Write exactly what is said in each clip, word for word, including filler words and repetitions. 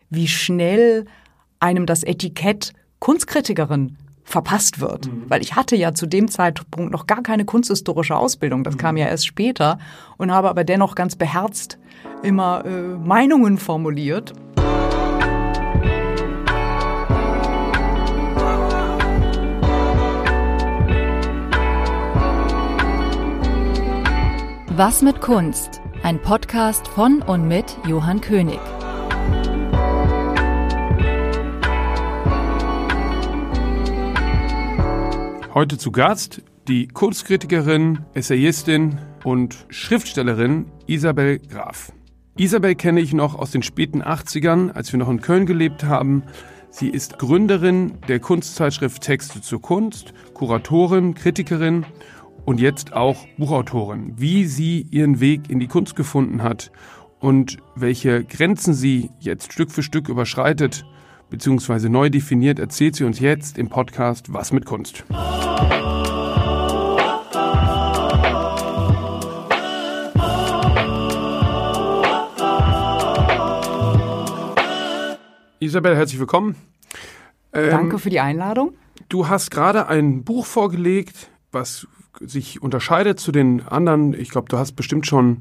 wie schnell einem das Etikett Kunstkritikerin verpasst wird. Mhm. Weil ich hatte ja zu dem Zeitpunkt noch gar keine kunsthistorische Ausbildung. Das mhm. kam ja erst später und habe aber dennoch ganz beherzt immer äh, Meinungen formuliert. Was mit Kunst? Ein Podcast von und mit Johann König. Heute zu Gast die Kunstkritikerin, Essayistin und Schriftstellerin Isabel Graf. Isabel kenne ich noch aus den späten achtzigern, als wir noch in Köln gelebt haben. Sie ist Gründerin der Kunstzeitschrift Texte zur Kunst, Kuratorin, Kritikerin und jetzt auch Buchautorin. Wie sie ihren Weg in die Kunst gefunden hat und welche Grenzen sie jetzt Stück für Stück überschreitet bzw. neu definiert, erzählt sie uns jetzt im Podcast Was mit Kunst. Isabel, herzlich willkommen. Ähm, Danke für die Einladung. Du hast gerade ein Buch vorgelegt, was sich unterscheidet zu den anderen. Ich glaube, du hast bestimmt schon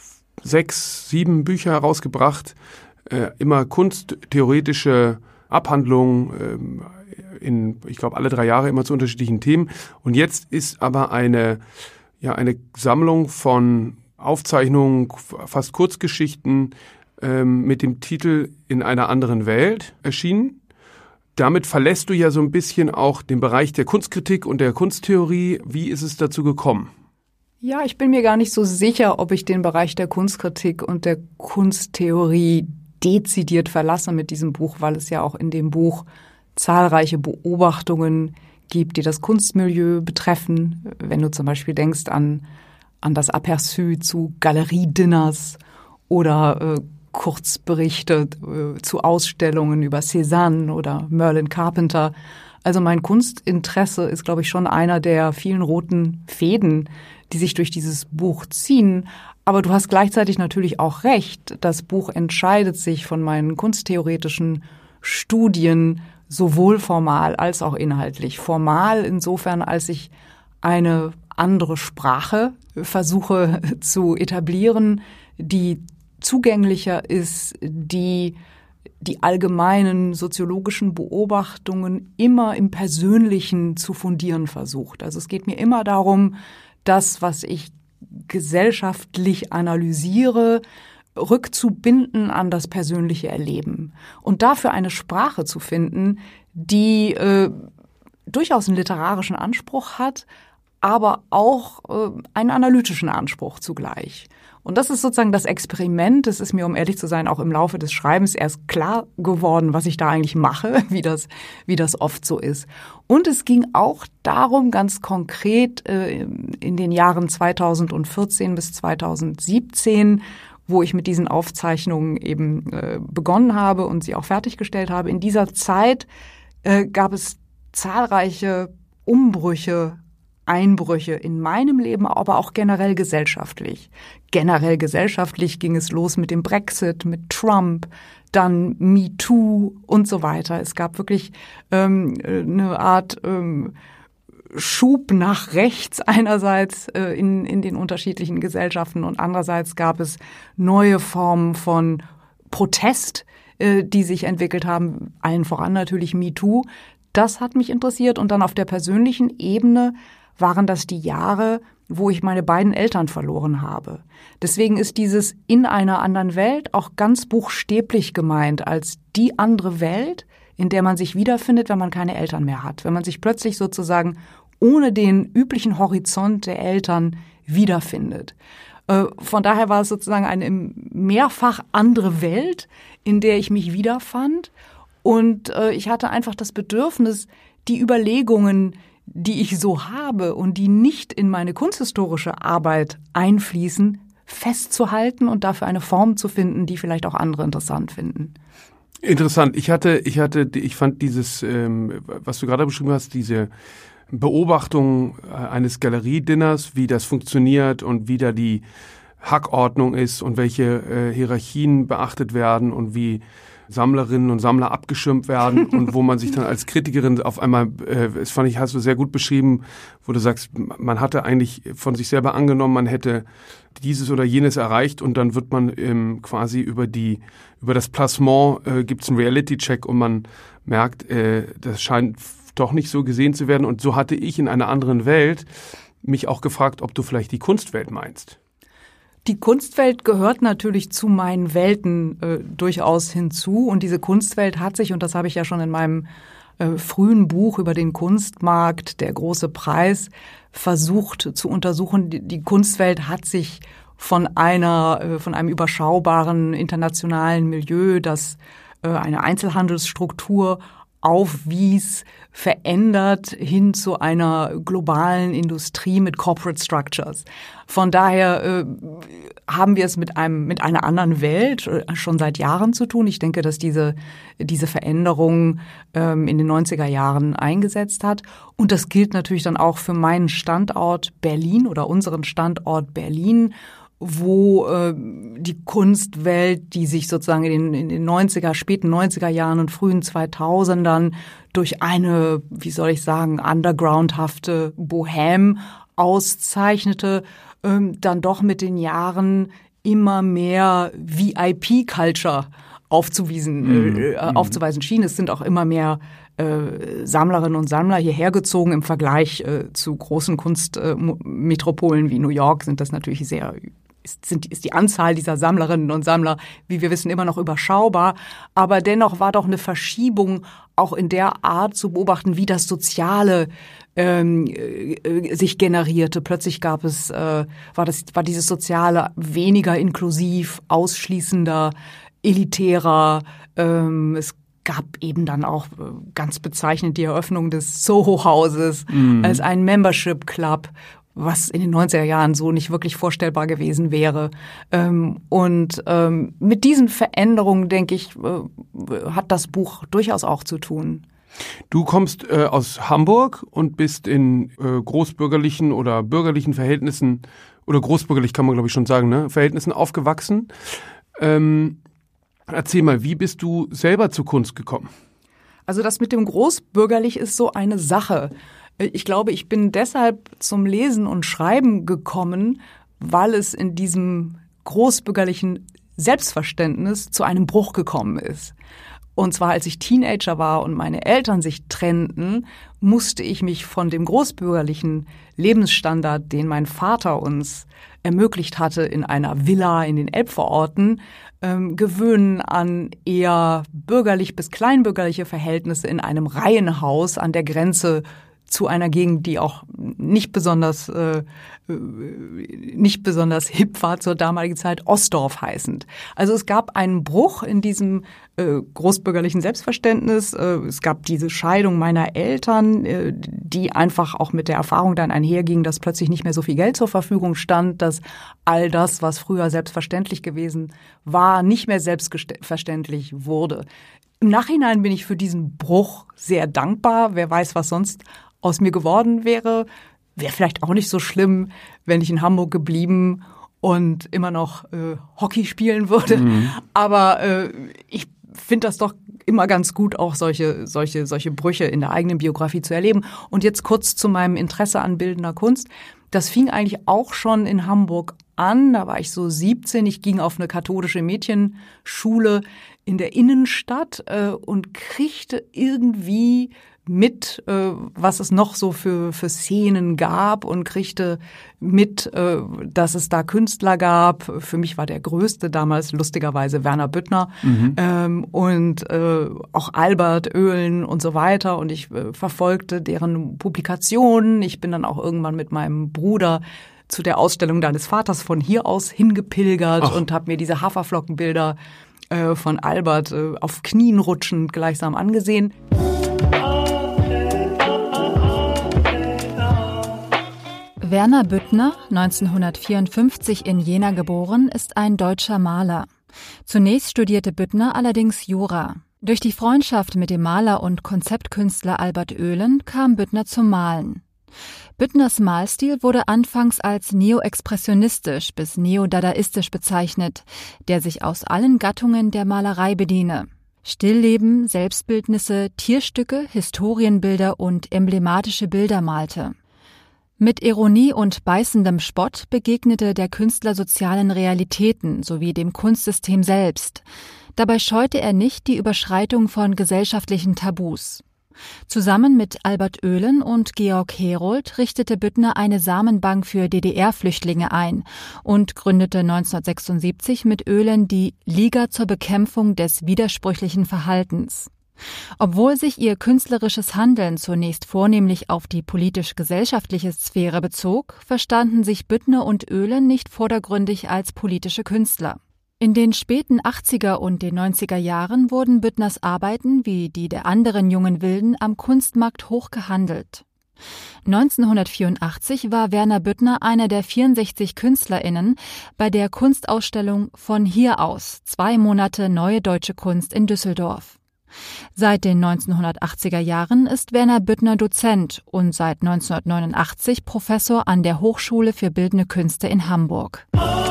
sechs, sieben Bücher herausgebracht. Äh, immer kunsttheoretische Abhandlungen äh, in, ich glaube, alle drei Jahre immer zu unterschiedlichen Themen. Und jetzt ist aber eine, ja, eine Sammlung von Aufzeichnungen, fast Kurzgeschichten äh, mit dem Titel In einer anderen Welt erschienen. Damit verlässt du ja so ein bisschen auch den Bereich der Kunstkritik und der Kunsttheorie. Wie ist es dazu gekommen? Ja, ich bin mir gar nicht so sicher, ob ich den Bereich der Kunstkritik und der Kunsttheorie dezidiert verlasse mit diesem Buch, weil es ja auch in dem Buch zahlreiche Beobachtungen gibt, die das Kunstmilieu betreffen. Wenn du zum Beispiel denkst an, an das Aperçu zu Galeriedinners oder äh, Kurzberichte äh, zu Ausstellungen über Cézanne oder Merlin Carpenter. Also mein Kunstinteresse ist, glaube ich, schon einer der vielen roten Fäden, die sich durch dieses Buch ziehen. Aber du hast gleichzeitig natürlich auch recht. Das Buch entscheidet sich von meinen kunsttheoretischen Studien sowohl formal als auch inhaltlich. Formal insofern, als ich eine andere Sprache versuche zu etablieren, die zugänglicher ist, die die allgemeinen soziologischen Beobachtungen immer im Persönlichen zu fundieren versucht. Also es geht mir immer darum, das, was ich gesellschaftlich analysiere, rückzubinden an das persönliche Erleben. Und dafür eine Sprache zu finden, die äh, durchaus einen literarischen Anspruch hat, aber auch äh, einen analytischen Anspruch zugleich. Und das ist sozusagen das Experiment. Es ist mir, um ehrlich zu sein, auch im Laufe des Schreibens erst klar geworden, was ich da eigentlich mache, wie das, wie das oft so ist. Und es ging auch darum, ganz konkret äh, in den Jahren zweitausendvierzehn bis zweitausendsiebzehn, wo ich mit diesen Aufzeichnungen eben äh, begonnen habe und sie auch fertiggestellt habe. In dieser Zeit äh, gab es zahlreiche Umbrüche, Einbrüche in meinem Leben, aber auch generell gesellschaftlich. Generell gesellschaftlich ging es los mit dem Brexit, mit Trump, dann MeToo und so weiter. Es gab wirklich ähm, eine Art ähm, Schub nach rechts einerseits äh, in, in den unterschiedlichen Gesellschaften und andererseits gab es neue Formen von Protest, äh, die sich entwickelt haben, allen voran natürlich MeToo. Das hat mich interessiert und dann auf der persönlichen Ebene waren das die Jahre, wo ich meine beiden Eltern verloren habe. Deswegen ist dieses In einer anderen Welt auch ganz buchstäblich gemeint als die andere Welt, in der man sich wiederfindet, wenn man keine Eltern mehr hat. Wenn man sich plötzlich sozusagen ohne den üblichen Horizont der Eltern wiederfindet. Von daher war es sozusagen eine mehrfach andere Welt, in der ich mich wiederfand. Und ich hatte einfach das Bedürfnis, die Überlegungen, die ich so habe und die nicht in meine kunsthistorische Arbeit einfließen, festzuhalten und dafür eine Form zu finden, die vielleicht auch andere interessant finden. Interessant. Ich hatte, ich hatte, ich fand dieses, ähm, was du gerade beschrieben hast, diese Beobachtung eines Galeriedinners, wie das funktioniert und wie da die Hackordnung ist und welche äh, Hierarchien beachtet werden und wie Sammlerinnen und Sammler abgeschirmt werden und wo man sich dann als Kritikerin auf einmal, äh, das fand ich, hast du sehr gut beschrieben, wo du sagst, man hatte eigentlich von sich selber angenommen, man hätte dieses oder jenes erreicht und dann wird man ähm, quasi über die über das Placement äh, gibt es einen Reality-Check und man merkt, äh, das scheint doch nicht so gesehen zu werden. Und so hatte ich in einer anderen Welt mich auch gefragt, ob du vielleicht die Kunstwelt meinst. Die Kunstwelt gehört natürlich zu meinen Welten äh, durchaus hinzu. Und diese Kunstwelt hat sich, und das habe ich ja schon in meinem äh, frühen Buch über den Kunstmarkt, der große Preis, versucht zu untersuchen. Die, die Kunstwelt hat sich von einer, äh, von einem überschaubaren internationalen Milieu, das äh, eine Einzelhandelsstruktur aufwies, verändert hin zu einer globalen Industrie mit Corporate Structures. Von daher äh, haben wir es mit einem mit einer anderen Welt äh, schon seit Jahren zu tun. Ich denke, dass diese diese Veränderung ähm, in den neunziger Jahren eingesetzt hat. Und das gilt natürlich dann auch für meinen Standort Berlin oder unseren Standort Berlin, wo äh, die Kunstwelt, die sich sozusagen in den, in den neunziger, späten neunziger Jahren und frühen zweitausendern durch eine, wie soll ich sagen, undergroundhafte Bohème auszeichnete, ähm, dann doch mit den Jahren immer mehr V I P-Culture aufzuwiesen, mhm. äh, aufzuweisen schien. Es sind auch immer mehr äh, Sammlerinnen und Sammler hierher gezogen. Im Vergleich äh, zu großen Kunstmetropolen äh, wie New York sind das natürlich sehr Ist, sind, ist die Anzahl dieser Sammlerinnen und Sammler, wie wir wissen, immer noch überschaubar. Aber dennoch war doch eine Verschiebung auch in der Art zu beobachten, wie das Soziale ähm, äh, sich generierte. Plötzlich gab es, äh, war das, war dieses Soziale weniger inklusiv, ausschließender, elitärer. Ähm, es gab eben dann auch ganz bezeichnend die Eröffnung des Soho-Hauses mhm. als ein Membership-Club, was in den neunziger Jahren so nicht wirklich vorstellbar gewesen wäre. Und mit diesen Veränderungen, denke ich, hat das Buch durchaus auch zu tun. Du kommst äh, aus Hamburg und bist in äh, großbürgerlichen oder bürgerlichen Verhältnissen, oder großbürgerlich kann man glaube ich schon sagen, ne, Verhältnissen aufgewachsen. Ähm, erzähl mal, wie bist du selber zur Kunst gekommen? Also das mit dem großbürgerlich ist so eine Sache. Ich glaube, ich bin deshalb zum Lesen und Schreiben gekommen, weil es in diesem großbürgerlichen Selbstverständnis zu einem Bruch gekommen ist. Und zwar, als ich Teenager war und meine Eltern sich trennten, musste ich mich von dem großbürgerlichen Lebensstandard, den mein Vater uns ermöglicht hatte in einer Villa in den Elbvororten, ähm, gewöhnen an eher bürgerlich bis kleinbürgerliche Verhältnisse in einem Reihenhaus an der Grenze zu einer Gegend, die auch nicht besonders äh, nicht besonders hip war zur damaligen Zeit, Ostdorf heißend. Also es gab einen Bruch in diesem äh, großbürgerlichen Selbstverständnis. Äh, es gab diese Scheidung meiner Eltern, äh, die einfach auch mit der Erfahrung dann einherging, dass plötzlich nicht mehr so viel Geld zur Verfügung stand, dass all das, was früher selbstverständlich gewesen war, nicht mehr selbstverständlich wurde. Im Nachhinein bin ich für diesen Bruch sehr dankbar. Wer weiß, was sonst aus mir geworden wäre. Wäre vielleicht auch nicht so schlimm, wenn ich in Hamburg geblieben und immer noch äh, Hockey spielen würde. Mhm. Aber äh, ich finde das doch immer ganz gut, auch solche, solche, solche Brüche in der eigenen Biografie zu erleben. Und jetzt kurz zu meinem Interesse an bildender Kunst. Das fing eigentlich auch schon in Hamburg an. Da war ich so siebzehn. Ich ging auf eine katholische Mädchenschule in der Innenstadt äh, und kriegte irgendwie mit, äh, was es noch so für für Szenen gab und kriegte mit, äh, dass es da Künstler gab. Für mich war der größte damals lustigerweise Werner Büttner mhm. ähm, und äh, auch Albert Oehlen und so weiter. Und ich äh, verfolgte deren Publikationen. Ich bin dann auch irgendwann mit meinem Bruder zu der Ausstellung deines Vaters von hier aus hingepilgert Ach. und habe mir diese Haferflockenbilder äh, von Albert äh, auf Knien rutschend gleichsam angesehen. Werner Büttner, neunzehnhundertvierundfünfzig in Jena geboren, ist ein deutscher Maler. Zunächst studierte Büttner allerdings Jura. Durch die Freundschaft mit dem Maler und Konzeptkünstler Albert Oehlen kam Büttner zum Malen. Büttners Malstil wurde anfangs als neoexpressionistisch bis neodadaistisch bezeichnet, der sich aus allen Gattungen der Malerei bediene. Stillleben, Selbstbildnisse, Tierstücke, Historienbilder und emblematische Bilder malte. Mit Ironie und beißendem Spott begegnete der Künstler sozialen Realitäten sowie dem Kunstsystem selbst. Dabei scheute er nicht die Überschreitung von gesellschaftlichen Tabus. Zusammen mit Albert Oehlen und Georg Herold richtete Büttner eine Samenbank für D D R-Flüchtlinge ein und gründete neunzehnhundertsechsundsiebzig mit Oehlen die Liga zur Bekämpfung des widersprüchlichen Verhaltens. Obwohl sich ihr künstlerisches Handeln zunächst vornehmlich auf die politisch-gesellschaftliche Sphäre bezog, verstanden sich Büttner und Oehlen nicht vordergründig als politische Künstler. In den späten achtziger und den neunziger Jahren wurden Büttners Arbeiten wie die der anderen jungen Wilden am Kunstmarkt hoch gehandelt. neunzehnhundertvierundachtzig war Werner Büttner einer der vierundsechzig KünstlerInnen bei der Kunstausstellung Von hier aus, zwei Monate neue deutsche Kunst in Düsseldorf. Seit den neunzehnhundertachtziger Jahren ist Werner Büttner Dozent und seit neunzehnhundertneunundachtzig Professor an der Hochschule für Bildende Künste in Hamburg.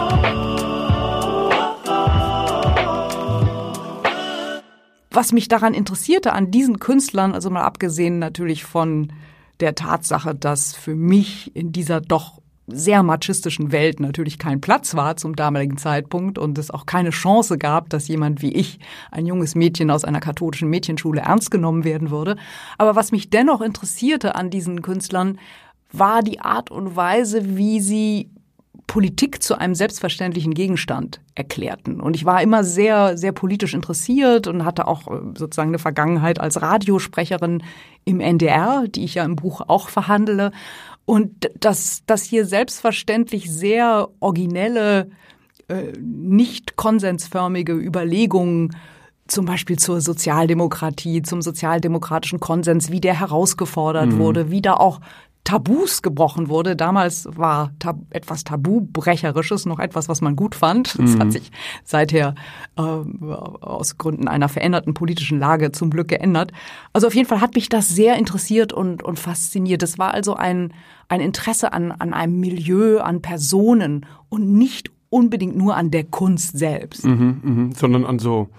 Was mich daran interessierte, an diesen Künstlern, also mal abgesehen natürlich von der Tatsache, dass für mich in dieser doch sehr machistischen Welt natürlich kein Platz war zum damaligen Zeitpunkt und es auch keine Chance gab, dass jemand wie ich, ein junges Mädchen aus einer katholischen Mädchenschule, ernst genommen werden würde. Aber was mich dennoch interessierte an diesen Künstlern, war die Art und Weise, wie sie Politik zu einem selbstverständlichen Gegenstand erklärten. Und ich war immer sehr, sehr politisch interessiert und hatte auch sozusagen eine Vergangenheit als Radiosprecherin im N D R, die ich ja im Buch auch verhandle. Und dass, dass hier selbstverständlich sehr originelle, äh, nicht konsensförmige Überlegungen zum Beispiel zur Sozialdemokratie, zum sozialdemokratischen Konsens, wie der herausgefordert mhm. wurde, wie da auch Tabus gebrochen wurde. Damals war tab- etwas Tabubrecherisches noch etwas, was man gut fand. Das mhm. hat sich seither äh, aus Gründen einer veränderten politischen Lage zum Glück geändert. Also auf jeden Fall hat mich das sehr interessiert und, und fasziniert. Das war also ein, ein Interesse an, an einem Milieu, an Personen und nicht unbedingt nur an der Kunst selbst. Mhm, mhm. Sondern an so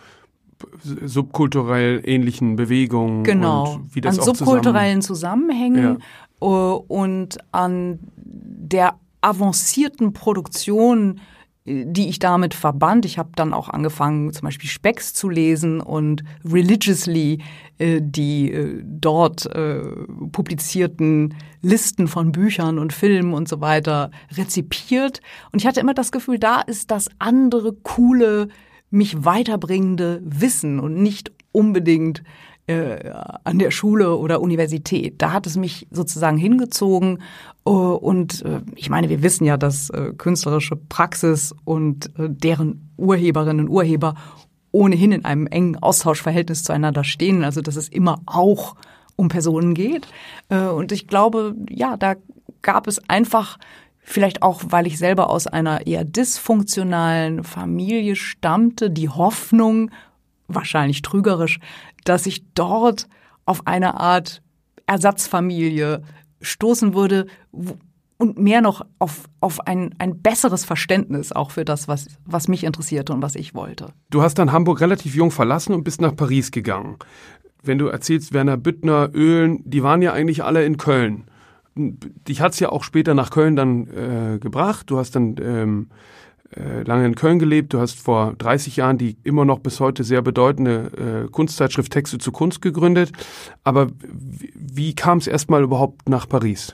subkulturell ähnlichen Bewegungen. Genau, und wie das an auch subkulturellen Zusammenhängen. Ja. Und an der avancierten Produktion, die ich damit verband. Ich habe dann auch angefangen, zum Beispiel Specks zu lesen und religiously äh, die äh, dort äh, publizierten Listen von Büchern und Filmen und so weiter rezipiert. Und ich hatte immer das Gefühl, da ist das andere, coole, mich weiterbringende Wissen und nicht unbedingt an der Schule oder Universität. Da hat es mich sozusagen hingezogen. Und ich meine, wir wissen ja, dass künstlerische Praxis und deren Urheberinnen und Urheber ohnehin in einem engen Austauschverhältnis zueinander stehen. Also dass es immer auch um Personen geht. Und ich glaube, ja, da gab es einfach, vielleicht auch, weil ich selber aus einer eher dysfunktionalen Familie stammte, die Hoffnung, wahrscheinlich trügerisch, dass ich dort auf eine Art Ersatzfamilie stoßen würde und mehr noch auf, auf ein, ein besseres Verständnis auch für das, was, was mich interessierte und was ich wollte. Du hast dann Hamburg relativ jung verlassen und bist nach Paris gegangen. Wenn du erzählst, Werner Büttner, Oehlen, die waren ja eigentlich alle in Köln. Dich hat's ja auch später nach Köln dann äh, gebracht. Du hast dann ähm, lange in Köln gelebt. Du hast vor dreißig Jahren die immer noch bis heute sehr bedeutende äh, Kunstzeitschrift Texte zu Kunst gegründet. Aber wie, wie kam es erstmal überhaupt nach Paris?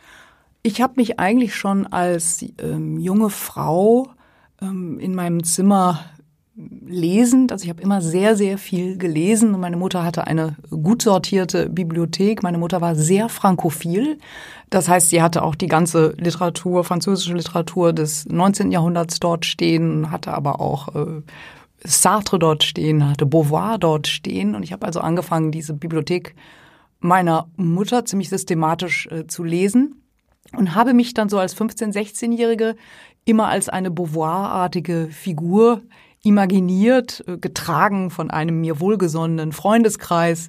Ich habe mich eigentlich schon als ähm, junge Frau ähm, in meinem Zimmer lesend, also ich habe immer sehr, sehr viel gelesen und meine Mutter hatte eine gut sortierte Bibliothek. Meine Mutter war sehr frankophil. Das heißt, sie hatte auch die ganze Literatur, französische Literatur des neunzehnten Jahrhunderts dort stehen, hatte aber auch äh, Sartre dort stehen, hatte Beauvoir dort stehen. Und ich habe also angefangen, diese Bibliothek meiner Mutter ziemlich systematisch äh, zu lesen und habe mich dann so als fünfzehn-, sechzehnjährige immer als eine Beauvoir-artige Figur imaginiert, getragen von einem mir wohlgesonnenen Freundeskreis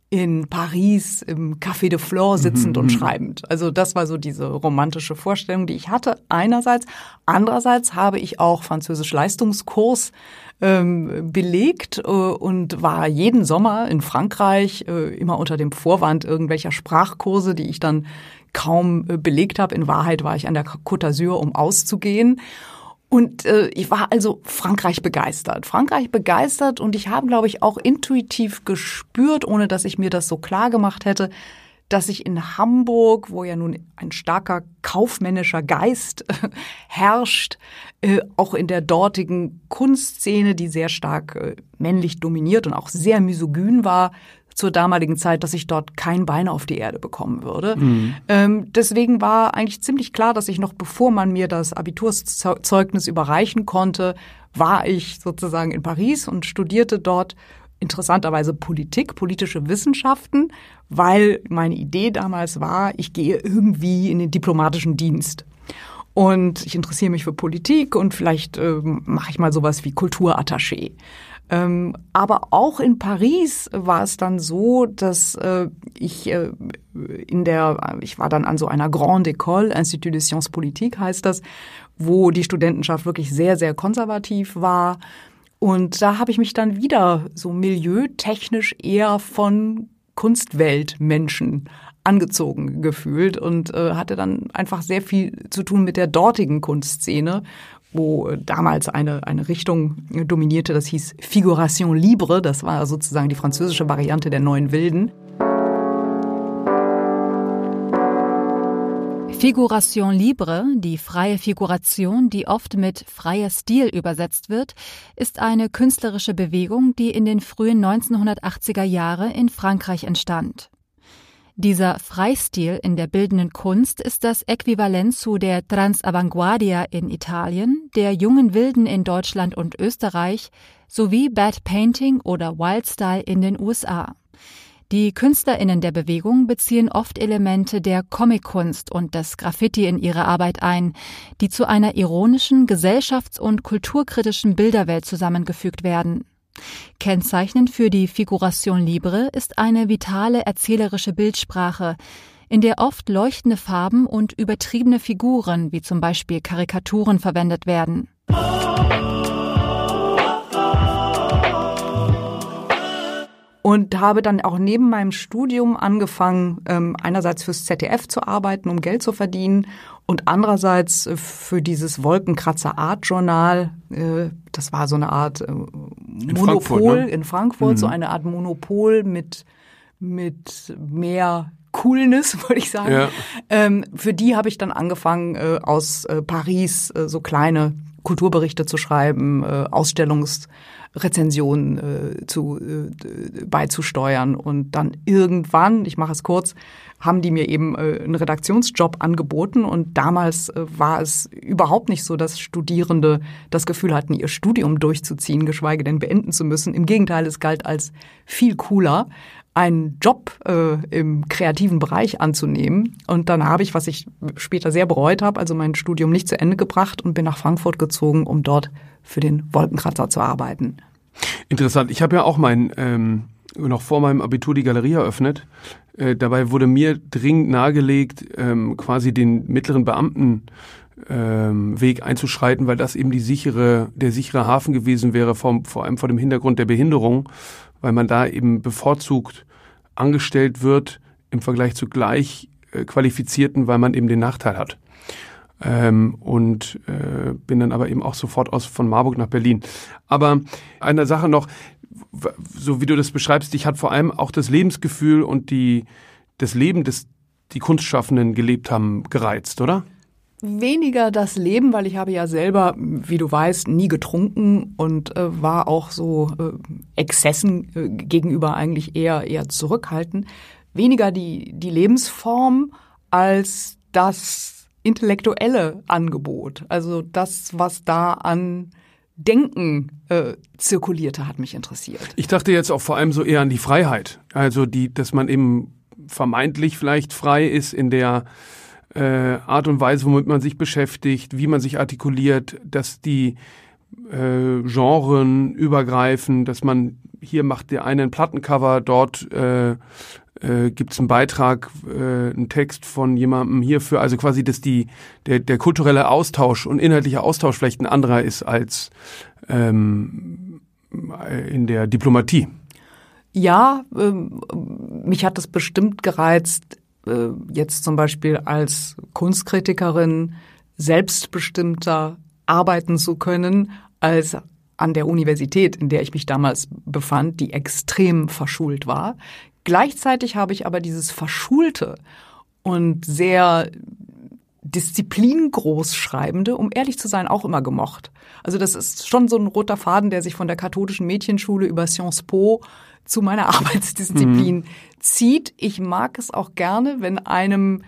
in Paris im Café de Flore sitzend Mhm. und schreibend. Also das war so diese romantische Vorstellung, die ich hatte einerseits. Andererseits habe ich auch Französisch-Leistungskurs ähm, belegt äh, und war jeden Sommer in Frankreich, äh, immer unter dem Vorwand irgendwelcher Sprachkurse, die ich dann kaum äh, belegt habe. In Wahrheit war ich an der Côte d'Azur, um auszugehen. Und äh, ich war also Frankreich begeistert. Frankreich begeistert und ich habe, glaube ich, auch intuitiv gespürt, ohne dass ich mir das so klar gemacht hätte, dass ich in Hamburg, wo ja nun ein starker kaufmännischer Geist äh, herrscht, äh, auch in der dortigen Kunstszene, die sehr stark äh, männlich dominiert und auch sehr misogyn war, zur damaligen Zeit, dass ich dort kein Bein auf die Erde bekommen würde. Mhm. Ähm, deswegen war eigentlich ziemlich klar, dass ich noch, bevor man mir das Abiturzeugnis überreichen konnte, war ich sozusagen in Paris und studierte dort interessanterweise Politik, politische Wissenschaften, weil meine Idee damals war, ich gehe irgendwie in den diplomatischen Dienst. Und ich interessiere mich für Politik und vielleicht äh, mache ich mal sowas wie Kulturattaché. Ähm, aber auch in Paris war es dann so, dass äh, ich äh, in der, ich war dann an so einer Grande École, Institut de Sciences Politiques heißt das, wo die Studentenschaft wirklich sehr, sehr konservativ war. Und da habe ich mich dann wieder so milieutechnisch eher von Kunstweltmenschen angezogen gefühlt und äh, hatte dann einfach sehr viel zu tun mit der dortigen Kunstszene, wo damals eine eine Richtung dominierte, das hieß Figuration libre, das war sozusagen die französische Variante der Neuen Wilden. Figuration libre, die freie Figuration, die oft mit freier Stil übersetzt wird, ist eine künstlerische Bewegung, die in den frühen neunzehnhundertachtziger Jahre in Frankreich entstand. Dieser Freistil in der bildenden Kunst ist das Äquivalent zu der Transavanguardia in Italien, der Jungen Wilden in Deutschland und Österreich sowie Bad Painting oder Wildstyle in den U S A. Die KünstlerInnen der Bewegung beziehen oft Elemente der Comic-Kunst und des Graffiti in ihre Arbeit ein, die zu einer ironischen, gesellschafts- und kulturkritischen Bilderwelt zusammengefügt werden. Kennzeichnend für die Figuration libre ist eine vitale erzählerische Bildsprache, in der oft leuchtende Farben und übertriebene Figuren, wie zum Beispiel Karikaturen, verwendet werden. Und habe dann auch neben meinem Studium angefangen, ähm, einerseits fürs Z D F zu arbeiten, um Geld zu verdienen und andererseits für dieses Wolkenkratzer Art Journal. Äh, das war so eine Art äh, in Monopol Frankfurt, ne? in Frankfurt, mhm. so eine Art Monopol mit mit mehr Coolness, würde ich sagen. Ja. Ähm, für die habe ich dann angefangen, äh, aus äh, Paris äh, so kleine Kulturberichte zu schreiben, äh, Ausstellungsrezensionen äh, zu, äh, beizusteuern. Und dann irgendwann, ich mache es kurz, haben die mir eben äh, einen Redaktionsjob angeboten. Und damals äh, war es überhaupt nicht so, dass Studierende das Gefühl hatten, ihr Studium durchzuziehen, geschweige denn beenden zu müssen. Im Gegenteil, es galt als viel cooler, einen Job äh, im kreativen Bereich anzunehmen. Und dann habe ich, was ich später sehr bereut habe, also mein Studium nicht zu Ende gebracht und bin nach Frankfurt gezogen, um dort für den Wolkenkratzer zu arbeiten. Interessant. Ich habe ja auch mein ähm, noch vor meinem Abitur die Galerie eröffnet. Äh, dabei wurde mir dringend nahegelegt, ähm, quasi den mittleren Beamten ähm, Weg einzuschreiten, weil das eben die sichere, der sichere Hafen gewesen wäre, vor, vor allem vor dem Hintergrund der Behinderung, weil man da eben bevorzugt angestellt wird im Vergleich zu gleich äh, Qualifizierten, weil man eben den Nachteil hat. Ähm, und äh, bin dann aber eben auch sofort aus von Marburg nach Berlin. Aber eine Sache noch, so wie du das beschreibst, dich hat vor allem auch das Lebensgefühl und die das Leben, das die Kunstschaffenden gelebt haben, gereizt, oder? Weniger das Leben, weil ich habe ja selber, wie du weißt, nie getrunken und äh, war auch so äh, Exzessen äh, gegenüber eigentlich eher eher zurückhaltend. Weniger die die Lebensform als das intellektuelle Angebot. Also das, was da an Denken äh, zirkulierte, hat mich interessiert. Ich dachte jetzt auch vor allem so eher an die Freiheit. Also die, dass man eben vermeintlich vielleicht frei ist in der Äh, Art und Weise, womit man sich beschäftigt, wie man sich artikuliert, dass die äh, Genren übergreifen, dass man hier macht der eine ein Plattencover, dort äh, äh, gibt es einen Beitrag, äh, einen Text von jemandem hierfür, also quasi, dass die der, der kulturelle Austausch und inhaltliche Austausch vielleicht ein anderer ist als ähm, in der Diplomatie. Ja, ähm, mich hat das bestimmt gereizt, äh, jetzt zum Beispiel als Kunstkritikerin selbstbestimmter arbeiten zu können, als an der Universität, in der ich mich damals befand, die extrem verschult war. Gleichzeitig habe ich aber dieses Verschulte und sehr disziplingroß Schreibende, um ehrlich zu sein, auch immer gemocht. Also das ist schon so ein roter Faden, der sich von der katholischen Mädchenschule über Sciences Po zu meiner Arbeitsdisziplin mhm. zieht. Ich mag es auch gerne, wenn einem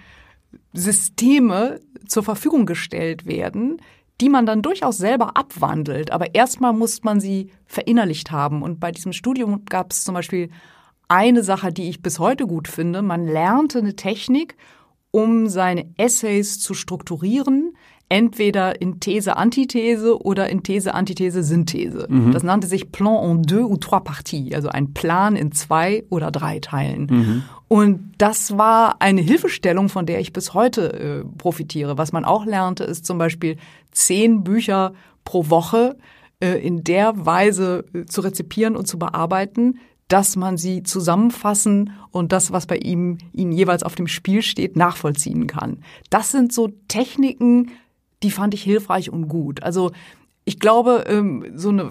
Systeme zur Verfügung gestellt werden, die man dann durchaus selber abwandelt. Aber erstmal muss man sie verinnerlicht haben. Und bei diesem Studium gab es zum Beispiel eine Sache, die ich bis heute gut finde. Man lernte eine Technik, um seine Essays zu strukturieren, entweder in These, Antithese oder in These, Antithese, Synthese. Mhm. Das nannte sich Plan en deux ou trois parties, also ein Plan in zwei oder drei Teilen. Mhm. Und das war eine Hilfestellung, von der ich bis heute äh, profitiere. Was man auch lernte, ist zum Beispiel zehn Bücher pro Woche äh, in der Weise äh, zu rezipieren und zu bearbeiten, dass man sie zusammenfassen und das, was bei ihm ihnen jeweils auf dem Spiel steht, nachvollziehen kann. Das sind so Techniken, die fand ich hilfreich und gut. Also ich glaube, so eine,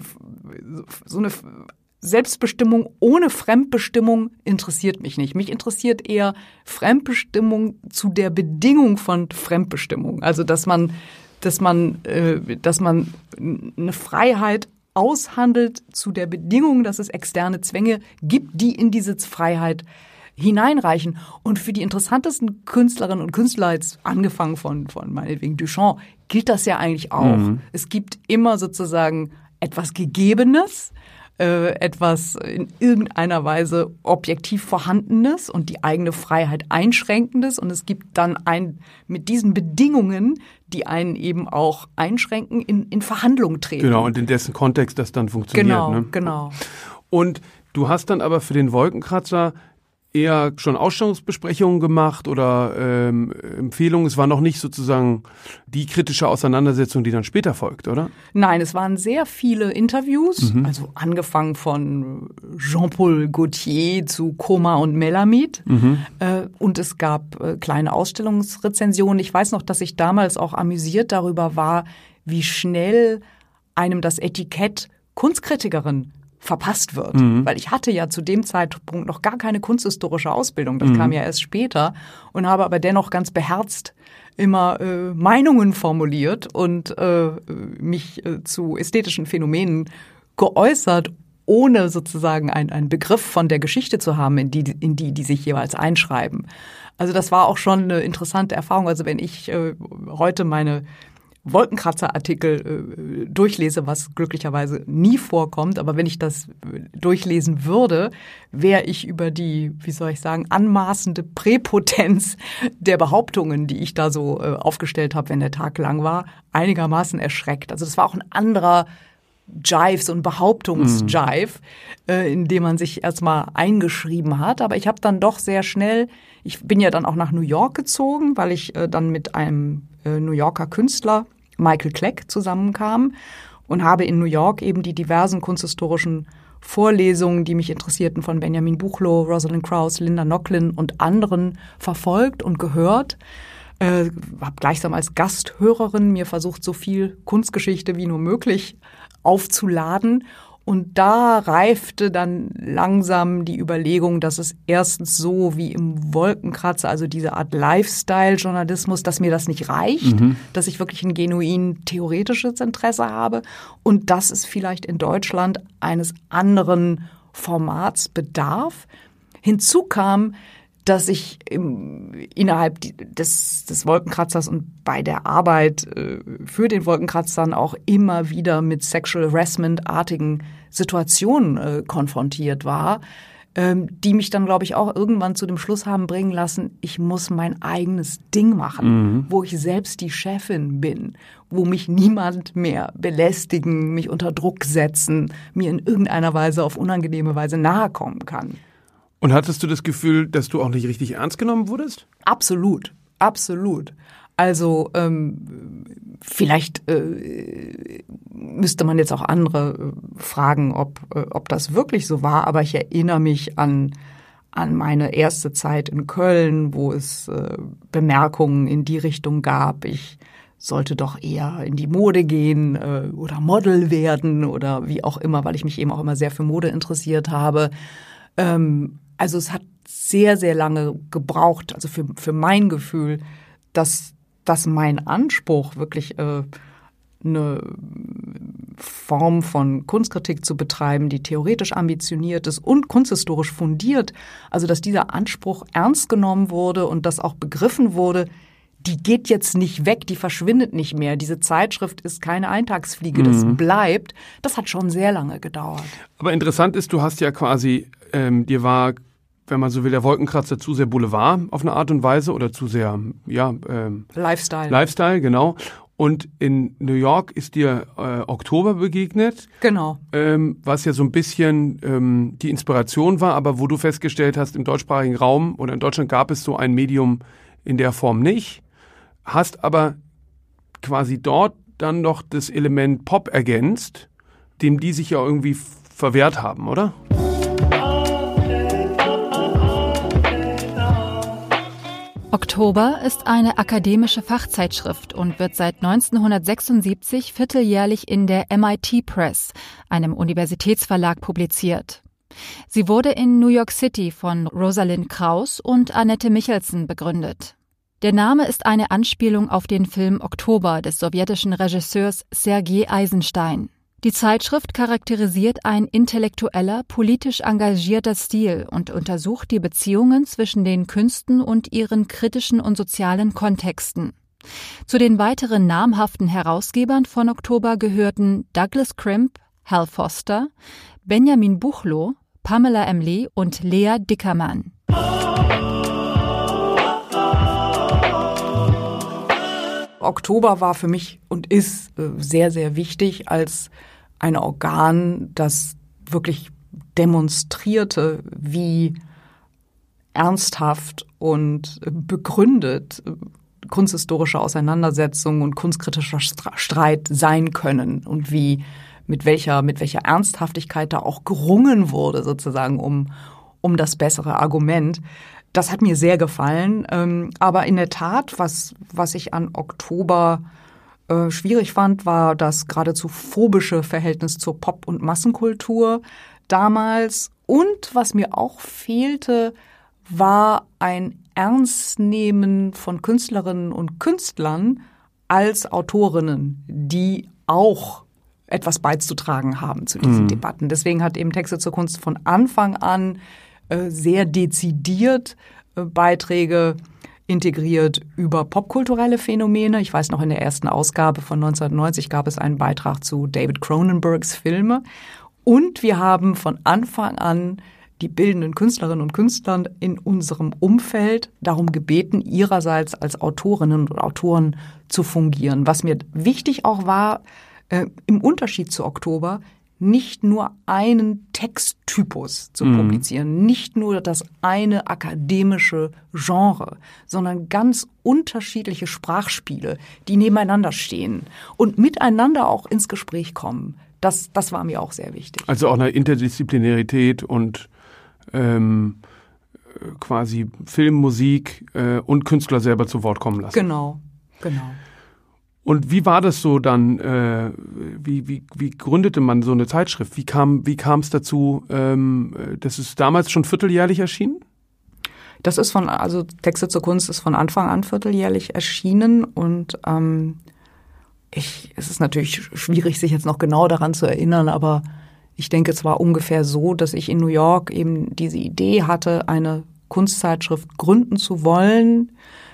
so eine Selbstbestimmung ohne Fremdbestimmung interessiert mich nicht. Mich interessiert eher Fremdbestimmung zu der Bedingung von Fremdbestimmung. Also dass man, dass man, dass man eine Freiheit aushandelt zu der Bedingung, dass es externe Zwänge gibt, die in diese Freiheit hineinreichen. Und für die interessantesten Künstlerinnen und Künstler, jetzt angefangen von, von meinetwegen Duchamp, gilt das ja eigentlich auch. Mhm. Es gibt immer sozusagen etwas Gegebenes, äh, etwas in irgendeiner Weise objektiv Vorhandenes und die eigene Freiheit Einschränkendes. Und es gibt dann ein, mit diesen Bedingungen, die einen eben auch einschränken, in, in Verhandlungen treten. Genau, und in dessen Kontext das dann funktioniert. Genau, ne? genau. Und du hast dann aber für den Wolkenkratzer eher schon Ausstellungsbesprechungen gemacht oder ähm, Empfehlungen? Es war noch nicht sozusagen die kritische Auseinandersetzung, die dann später folgt, oder? Nein, es waren sehr viele Interviews, mhm. also angefangen von Jean-Paul Gaultier zu Coma und Melamid. Mhm. Äh, und es gab äh, kleine Ausstellungsrezensionen. Ich weiß noch, dass ich damals auch amüsiert darüber war, wie schnell einem das Etikett Kunstkritikerin verpasst wird. Mhm. Weil ich hatte ja zu dem Zeitpunkt noch gar keine kunsthistorische Ausbildung. Das mhm. kam ja erst später und habe aber dennoch ganz beherzt immer äh, Meinungen formuliert und äh, mich äh, zu ästhetischen Phänomenen geäußert, ohne sozusagen einen Begriff von der Geschichte zu haben, in die, in die die sich jeweils einschreiben. Also das war auch schon eine interessante Erfahrung. Also wenn ich äh, heute meine Wolkenkratzer-Artikel äh, durchlese, was glücklicherweise nie vorkommt, aber wenn ich das durchlesen würde, wäre ich über die, wie soll ich sagen, anmaßende Präpotenz der Behauptungen, die ich da so äh, aufgestellt habe, wenn der Tag lang war, einigermaßen erschreckt. Also das war auch ein anderer Jive, so ein Behauptungs-Jive, mhm. äh, in dem man sich erstmal eingeschrieben hat. Aber ich habe dann doch sehr schnell, ich bin ja dann auch nach New York gezogen, weil ich äh, dann mit einem äh, New Yorker Künstler, Michael Clegg, zusammenkam und habe in New York eben die diversen kunsthistorischen Vorlesungen, die mich interessierten, von Benjamin Buchloh, Rosalind Krauss, Linda Nochlin und anderen verfolgt und gehört. Äh, habe gleichsam als Gasthörerin mir versucht, so viel Kunstgeschichte wie nur möglich aufzuladen. Und da reifte dann langsam die Überlegung, dass es erstens so wie im Wolkenkratzer, also diese Art Lifestyle-Journalismus, dass mir das nicht reicht, mhm. dass ich wirklich ein genuin theoretisches Interesse habe und dass es vielleicht in Deutschland eines anderen Formats bedarf. Hinzu kam, dass ich im, innerhalb des, des Wolkenkratzers und bei der Arbeit äh, für den Wolkenkratzern auch immer wieder mit Sexual Harassment-artigen Situationen äh, konfrontiert war, ähm, die mich dann, glaube ich, auch irgendwann zu dem Schluss haben bringen lassen, ich muss mein eigenes Ding machen, mhm. wo ich selbst die Chefin bin, wo mich niemand mehr belästigen, mich unter Druck setzen, mir in irgendeiner Weise auf unangenehme Weise nahe kommen kann. Und hattest du das Gefühl, dass du auch nicht richtig ernst genommen wurdest? Absolut, absolut. Also ähm, vielleicht äh, müsste man jetzt auch andere äh, fragen, ob, äh, ob das wirklich so war. Aber ich erinnere mich an, an meine erste Zeit in Köln, wo es äh, Bemerkungen in die Richtung gab, ich sollte doch eher in die Mode gehen äh, oder Model werden oder wie auch immer, weil ich mich eben auch immer sehr für Mode interessiert habe. Ähm, also es hat sehr, sehr lange gebraucht, also für, für mein Gefühl, dass dass mein Anspruch, wirklich äh, eine Form von Kunstkritik zu betreiben, die theoretisch ambitioniert ist und kunsthistorisch fundiert, also dass dieser Anspruch ernst genommen wurde und das auch begriffen wurde, die geht jetzt nicht weg, die verschwindet nicht mehr. Diese Zeitschrift ist keine Eintagsfliege, das mhm. bleibt. Das hat schon sehr lange gedauert. Aber interessant ist, du hast ja quasi, ähm, dir war, wenn man so will, der Wolkenkratzer zu sehr Boulevard auf eine Art und Weise oder zu sehr, ja, ähm, Lifestyle. Lifestyle, genau. Und in New York ist dir äh, Oktober begegnet. Genau. Ähm, was ja so ein bisschen ähm, die Inspiration war, aber wo du festgestellt hast, im deutschsprachigen Raum oder in Deutschland gab es so ein Medium in der Form nicht. Hast aber quasi dort dann noch das Element Pop ergänzt, dem die sich ja irgendwie verwehrt haben, oder? Oktober ist eine akademische Fachzeitschrift und wird seit neunzehnhundertsechsundsiebzig vierteljährlich in der M I T Press, einem Universitätsverlag, publiziert. Sie wurde in New York City von Rosalind Krauss und Annette Michelson begründet. Der Name ist eine Anspielung auf den Film Oktober des sowjetischen Regisseurs Sergei Eisenstein. Die Zeitschrift charakterisiert ein intellektueller, politisch engagierter Stil und untersucht die Beziehungen zwischen den Künsten und ihren kritischen und sozialen Kontexten. Zu den weiteren namhaften Herausgebern von Oktober gehörten Douglas Crimp, Hal Foster, Benjamin Buchloh, Pamela M. Lee und Lea Dickermann. Oktober war für mich und ist sehr, sehr wichtig als ein Organ, das wirklich demonstrierte, wie ernsthaft und begründet kunsthistorische Auseinandersetzungen und kunstkritischer Streit sein können und wie mit welcher mit welcher Ernsthaftigkeit da auch gerungen wurde sozusagen um um das bessere Argument. Das hat mir sehr gefallen, ähm, aber in der Tat, was was ich an Oktober äh, schwierig fand, war das geradezu phobische Verhältnis zur Pop- und Massenkultur damals. Und was mir auch fehlte, war ein Ernstnehmen von Künstlerinnen und Künstlern als Autorinnen, die auch etwas beizutragen haben zu diesen mhm. Debatten. Deswegen hat eben Texte zur Kunst von Anfang an äh, sehr dezidiert äh, Beiträge integriert über popkulturelle Phänomene. Ich weiß noch, in der ersten Ausgabe von neunzehnhundertneunzig gab es einen Beitrag zu David Cronenbergs Filme. Und wir haben von Anfang an die bildenden Künstlerinnen und Künstler in unserem Umfeld darum gebeten, ihrerseits als Autorinnen und Autoren zu fungieren. Was mir wichtig auch war, äh, im Unterschied zu Oktober, nicht nur einen Texttypus zu mhm. publizieren, nicht nur das eine akademische Genre, sondern ganz unterschiedliche Sprachspiele, die nebeneinander stehen und miteinander auch ins Gespräch kommen. Das, das war mir auch sehr wichtig. Also auch eine Interdisziplinarität und ähm, quasi Film, Musik äh, und Künstler selber zu Wort kommen lassen. Genau, genau. Und wie war das so dann, äh, wie, wie, wie gründete man so eine Zeitschrift? Wie kam wie kam es dazu, ähm, das ist damals schon vierteljährlich erschienen? Das ist von, also Texte zur Kunst ist von Anfang an vierteljährlich erschienen und ähm, ich, es ist natürlich schwierig, sich jetzt noch genau daran zu erinnern, aber ich denke, es war ungefähr so, dass ich in New York eben diese Idee hatte, eine Kunstzeitschrift gründen zu wollen,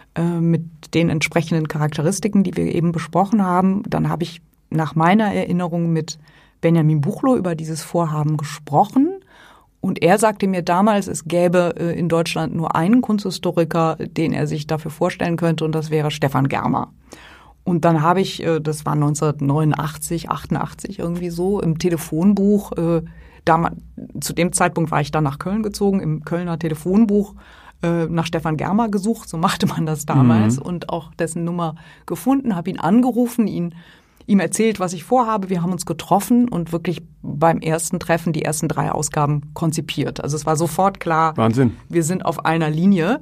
mit den entsprechenden Charakteristiken, die wir eben besprochen haben. Dann habe ich nach meiner Erinnerung mit Benjamin Buchloh über dieses Vorhaben gesprochen Und er sagte mir damals, es gäbe äh, in Deutschland nur einen Kunsthistoriker, den er sich dafür vorstellen könnte, und das wäre Stefan Germer. Und dann habe ich, äh, das war neunzehnhundertneunundachtzig, achtundachtzig irgendwie so, im Telefonbuch, äh, damals, zu dem Zeitpunkt war ich dann nach Köln gezogen, im Kölner Telefonbuch äh, nach Stefan Germer gesucht, so machte man das damals, mhm. und auch dessen Nummer gefunden, habe ihn angerufen, ihn ihm erzählt, was ich vorhabe. Wir haben uns getroffen und wirklich beim ersten Treffen die ersten drei Ausgaben konzipiert. Also es war sofort klar, Wahnsinn. Wir sind auf einer Linie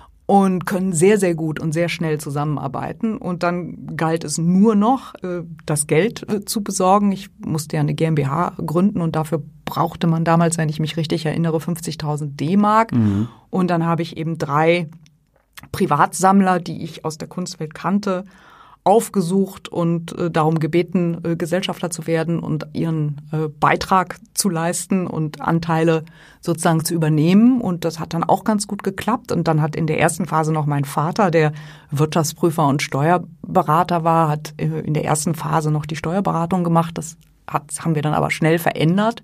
und können sehr, sehr gut und sehr schnell zusammenarbeiten. Und dann galt es nur noch, das Geld zu besorgen. Ich musste ja eine GmbH gründen und dafür brauchte man damals, wenn ich mich richtig erinnere, fünfzigtausend D-Mark. Mhm. Und dann habe ich eben drei Privatsammler, die ich aus der Kunstwelt kannte, aufgesucht und äh, darum gebeten, äh, Gesellschafter zu werden und ihren äh, Beitrag zu leisten und Anteile sozusagen zu übernehmen. Und das hat dann auch ganz gut geklappt. Und dann hat in der ersten Phase noch mein Vater, der Wirtschaftsprüfer und Steuerberater war, hat äh, in der ersten Phase noch die Steuerberatung gemacht. Das hat, haben wir dann aber schnell verändert.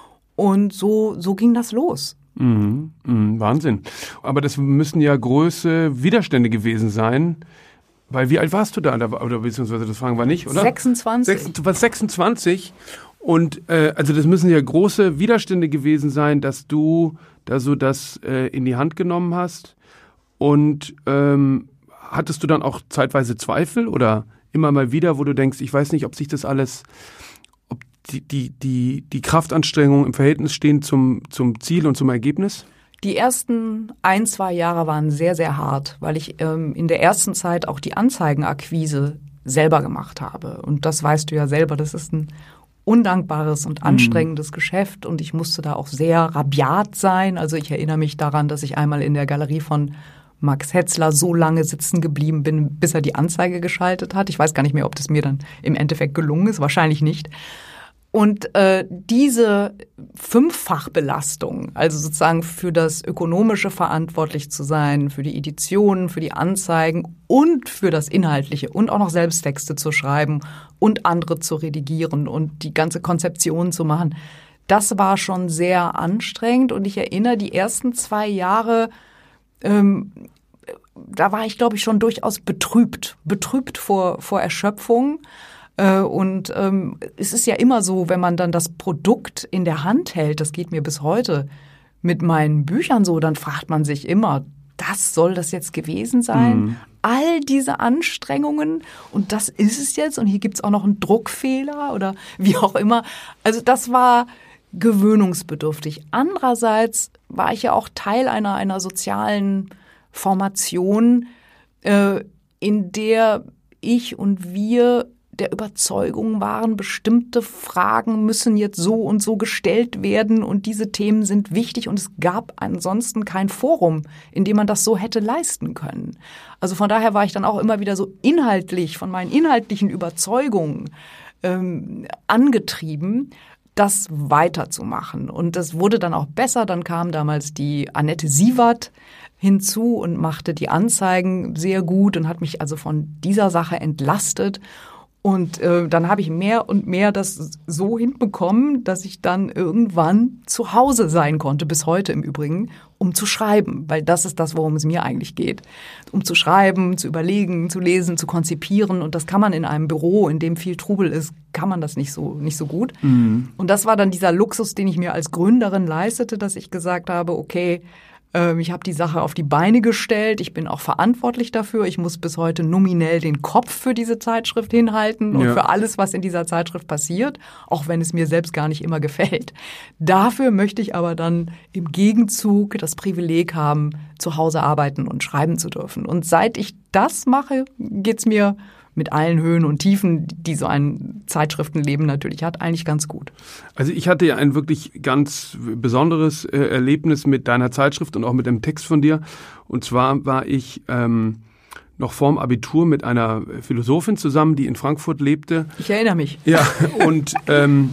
Und so, so ging das los. Mhm, mh, Wahnsinn. Aber das müssen ja große Widerstände gewesen sein. Weil wie alt warst du da? Oder beziehungsweise das fragen wir nicht, oder? sechsundzwanzig. Du warst sechsundzwanzig. Und äh, also das müssen ja große Widerstände gewesen sein, dass du da so das äh, in die Hand genommen hast. Und ähm, hattest du dann auch zeitweise Zweifel oder immer mal wieder, wo du denkst, ich weiß nicht, ob sich das alles, ob die, die, die, die Kraftanstrengungen im Verhältnis stehen zum, zum Ziel und zum Ergebnis? Die ersten ein, zwei Jahre waren sehr, sehr hart, weil ich ähm, in der ersten Zeit auch die Anzeigenakquise selber gemacht habe. Und das weißt du ja selber, das ist ein undankbares und anstrengendes mhm. Geschäft. Und ich musste da auch sehr rabiat sein. Also ich erinnere mich daran, dass ich einmal in der Galerie von Max Hetzler so lange sitzen geblieben bin, bis er die Anzeige geschaltet hat. Ich weiß gar nicht mehr, ob das mir dann im Endeffekt gelungen ist. Wahrscheinlich nicht. Und äh, diese Fünffachbelastung, also sozusagen für das Ökonomische verantwortlich zu sein, für die Editionen, für die Anzeigen und für das Inhaltliche und auch noch Selbsttexte zu schreiben und andere zu redigieren und die ganze Konzeption zu machen, das war schon sehr anstrengend. Und ich erinnere, die ersten zwei Jahre, ähm, da war ich, glaube ich, schon durchaus betrübt, betrübt vor, vor Erschöpfung. Und ähm, es ist ja immer so, wenn man dann das Produkt in der Hand hält, das geht mir bis heute mit meinen Büchern so, dann fragt man sich immer, das soll das jetzt gewesen sein? Mhm. All diese Anstrengungen und das ist es jetzt und hier gibt's auch noch einen Druckfehler oder wie auch immer. Also das war gewöhnungsbedürftig. Andererseits war ich ja auch Teil einer, einer sozialen Formation, äh, in der ich und wir der Überzeugung waren, bestimmte Fragen müssen jetzt so und so gestellt werden und diese Themen sind wichtig und es gab ansonsten kein Forum, in dem man das so hätte leisten können. Also von daher war ich dann auch immer wieder so inhaltlich, von meinen inhaltlichen Überzeugungen ähm, angetrieben, das weiterzumachen. Und das wurde dann auch besser. Dann kam damals die Annette Sievert hinzu und machte die Anzeigen sehr gut und hat mich also von dieser Sache entlastet. Und äh, dann habe ich mehr und mehr das so hinbekommen, dass ich dann irgendwann zu Hause sein konnte, bis heute im Übrigen, um zu schreiben. Weil das ist das, worum es mir eigentlich geht. Um zu schreiben, zu überlegen, zu lesen, zu konzipieren. Und das kann man in einem Büro, in dem viel Trubel ist, kann man das nicht so, nicht so gut. Mhm. Und das war dann dieser Luxus, den ich mir als Gründerin leistete, dass ich gesagt habe, okay, ich habe die Sache auf die Beine gestellt. Ich bin auch verantwortlich dafür. Ich muss bis heute nominell den Kopf für diese Zeitschrift hinhalten und ja. für alles, was in dieser Zeitschrift passiert, auch wenn es mir selbst gar nicht immer gefällt. Dafür möchte ich aber dann im Gegenzug das Privileg haben, zu Hause arbeiten und schreiben zu dürfen. Und seit ich das mache, geht's mir mit allen Höhen und Tiefen, die so ein Zeitschriftenleben natürlich hat, eigentlich ganz gut. Also ich hatte ja ein wirklich ganz besonderes äh, Erlebnis mit deiner Zeitschrift und auch mit einem Text von dir. Und zwar war ich ähm, noch vorm Abitur mit einer Philosophin zusammen, die in Frankfurt lebte. Ich erinnere mich. Ja, und, ähm,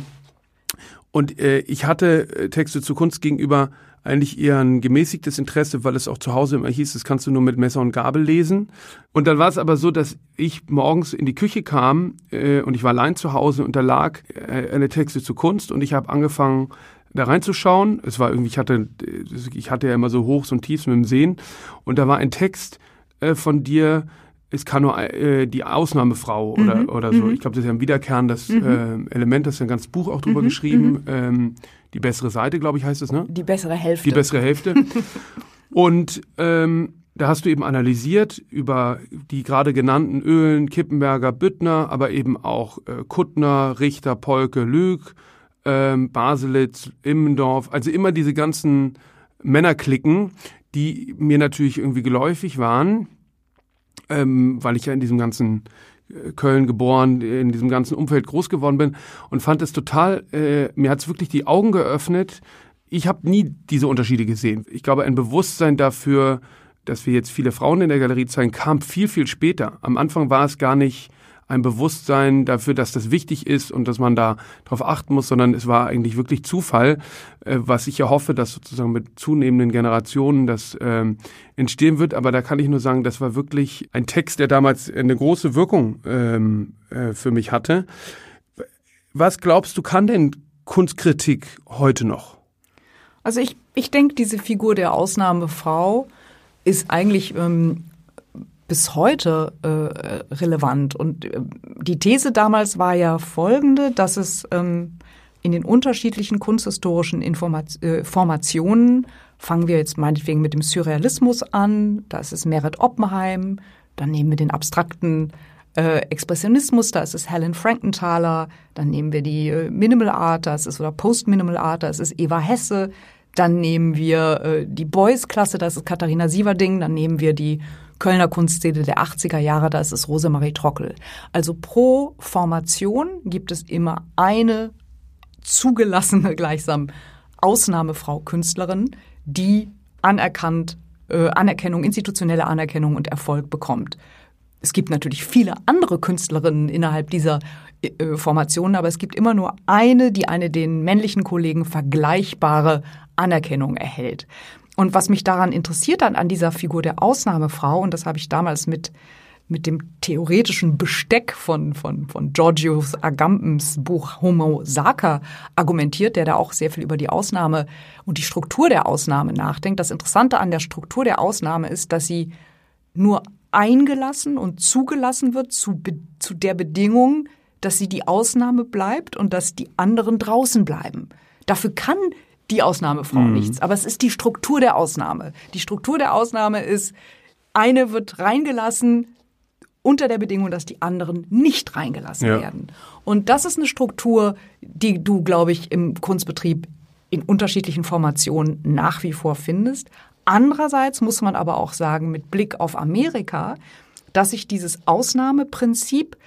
und äh, ich hatte Texte zur Kunst gegenüber eigentlich eher ein gemäßigtes Interesse, weil es auch zu Hause immer hieß, das kannst du nur mit Messer und Gabel lesen. Und dann war es aber so, dass ich morgens in die Küche kam äh, und ich war allein zu Hause und da lag äh, eine Texte zur Kunst und ich habe angefangen, da reinzuschauen. Es war irgendwie, ich hatte, ich hatte ja immer so Hochs und Tiefs mit dem Sehen. Und da war ein Text äh, von dir, es kann nur äh, die Ausnahmefrau oder, mhm. oder so. Mhm. Ich glaube, das ist ja ein wiederkehrendes mhm. äh, Element, das ist ja ein ganzes Buch auch drüber mhm. geschrieben. Mhm. Ähm, die bessere Seite, glaube ich, heißt es, ne? Die bessere Hälfte. Die bessere Hälfte. Und ähm, da hast du eben analysiert über die gerade genannten Oehlen, Kippenberger, Büttner, aber eben auch äh, Kuttner, Richter, Polke, Lüg, ähm, Baselitz, Immendorf, also immer diese ganzen Männerklicken, die mir natürlich irgendwie geläufig waren, ähm, weil ich ja in diesem ganzen äh, Köln geboren, in diesem ganzen Umfeld groß geworden bin und fand es total, äh, mir hat es wirklich die Augen geöffnet. Ich habe nie diese Unterschiede gesehen. Ich glaube, ein Bewusstsein dafür, dass wir jetzt viele Frauen in der Galerie zeigen, kam viel, viel später. Am Anfang war es gar nicht ein Bewusstsein dafür, dass das wichtig ist und dass man da drauf achten muss, sondern es war eigentlich wirklich Zufall, äh, was ich ja hoffe, dass sozusagen mit zunehmenden Generationen das ähm, entstehen wird. Aber da kann ich nur sagen, das war wirklich ein Text, der damals eine große Wirkung ähm, äh, für mich hatte. Was glaubst du, kann denn Kunstkritik heute noch? Also ich, ich denke, diese Figur der Ausnahmefrau ist eigentlich ähm, bis heute äh, relevant. Und äh, die These damals war ja folgende, dass es ähm, in den unterschiedlichen kunsthistorischen Informat- äh, Formationen, fangen wir jetzt meinetwegen mit dem Surrealismus an, da ist es Meret Oppenheim, dann nehmen wir den abstrakten äh, Expressionismus, da ist es Helen Frankenthaler, dann nehmen wir die äh, Minimal Art, da ist es oder Post-Minimal Art, da ist es Eva Hesse, dann nehmen wir äh, die Beuys-Klasse, das ist Katharina Sieverding, dann nehmen wir die Kölner Kunstszene der achtziger Jahre, da ist es Rosemarie Trockel. Also pro Formation gibt es immer eine zugelassene, gleichsam Ausnahmefrau Künstlerin, die anerkannt, äh, Anerkennung, institutionelle Anerkennung und Erfolg bekommt. Es gibt natürlich viele andere Künstlerinnen innerhalb dieser äh, Formationen, aber es gibt immer nur eine, die eine den männlichen Kollegen vergleichbare Anerkennung erhält. Und was mich daran interessiert dann an dieser Figur der Ausnahmefrau, und das habe ich damals mit mit dem theoretischen Besteck von von von Georgios Agampens Buch Homo Sacer argumentiert, der da auch sehr viel über die Ausnahme und die Struktur der Ausnahme nachdenkt. Das Interessante an der Struktur der Ausnahme ist, dass sie nur eingelassen und zugelassen wird zu, zu der Bedingung, dass sie die Ausnahme bleibt und dass die anderen draußen bleiben. Dafür kann die Ausnahmefrau mhm. nichts, aber es ist die Struktur der Ausnahme. Die Struktur der Ausnahme ist, eine wird reingelassen unter der Bedingung, dass die anderen nicht reingelassen ja. werden. Und das ist eine Struktur, die du, glaube ich, im Kunstbetrieb in unterschiedlichen Formationen nach wie vor findest. Andererseits muss man aber auch sagen, mit Blick auf Amerika, dass sich dieses Ausnahmeprinzip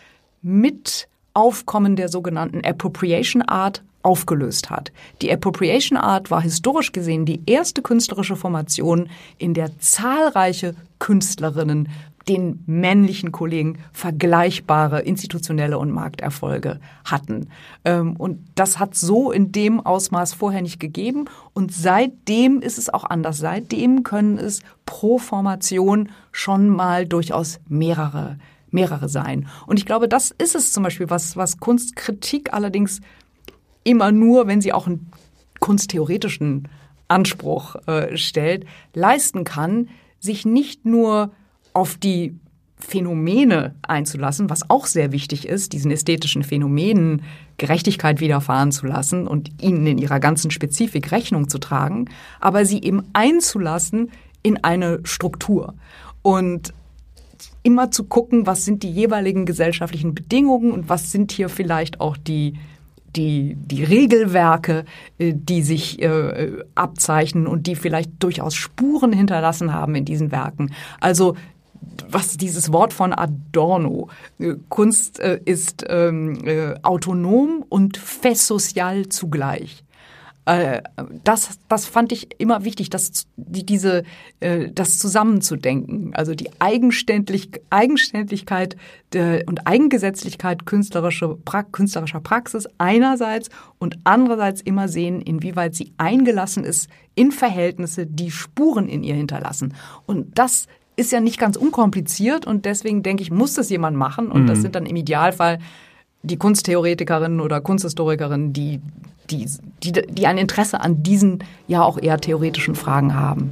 mit Aufkommen der sogenannten Appropriation Art aufgelöst hat. Die Appropriation Art war historisch gesehen die erste künstlerische Formation, in der zahlreiche Künstlerinnen den männlichen Kollegen vergleichbare institutionelle und Markterfolge hatten. Und das hat so in dem Ausmaß vorher nicht gegeben. Und seitdem ist es auch anders. Seitdem können es pro Formation schon mal durchaus mehrere, mehrere sein. Und ich glaube, das ist es zum Beispiel, was, was Kunstkritik allerdings immer nur, wenn sie auch einen kunsttheoretischen Anspruch äh, stellt, leisten kann, sich nicht nur auf die Phänomene einzulassen, was auch sehr wichtig ist, diesen ästhetischen Phänomenen Gerechtigkeit widerfahren zu lassen und ihnen in ihrer ganzen Spezifik Rechnung zu tragen, aber sie eben einzulassen in eine Struktur und immer zu gucken, was sind die jeweiligen gesellschaftlichen Bedingungen und was sind hier vielleicht auch die Die, die Regelwerke, die sich äh, abzeichnen und die vielleicht durchaus Spuren hinterlassen haben in diesen Werken. Also was dieses Wort von Adorno, äh, Kunst äh, ist ähm, äh, autonom und fessozial zugleich. Äh, das, das fand ich immer wichtig, das, die, diese, äh, das zusammenzudenken. Also die Eigenständig, Eigenständigkeit der, und Eigengesetzlichkeit künstlerische, pra, künstlerischer Praxis einerseits und andererseits immer sehen, inwieweit sie eingelassen ist in Verhältnisse, die Spuren in ihr hinterlassen. Und das ist ja nicht ganz unkompliziert und deswegen denke ich, muss das jemand machen. Und mhm. das sind dann im Idealfall die Kunsttheoretikerinnen oder Kunsthistorikerinnen, die die, die, die ein Interesse an diesen ja auch eher theoretischen Fragen haben.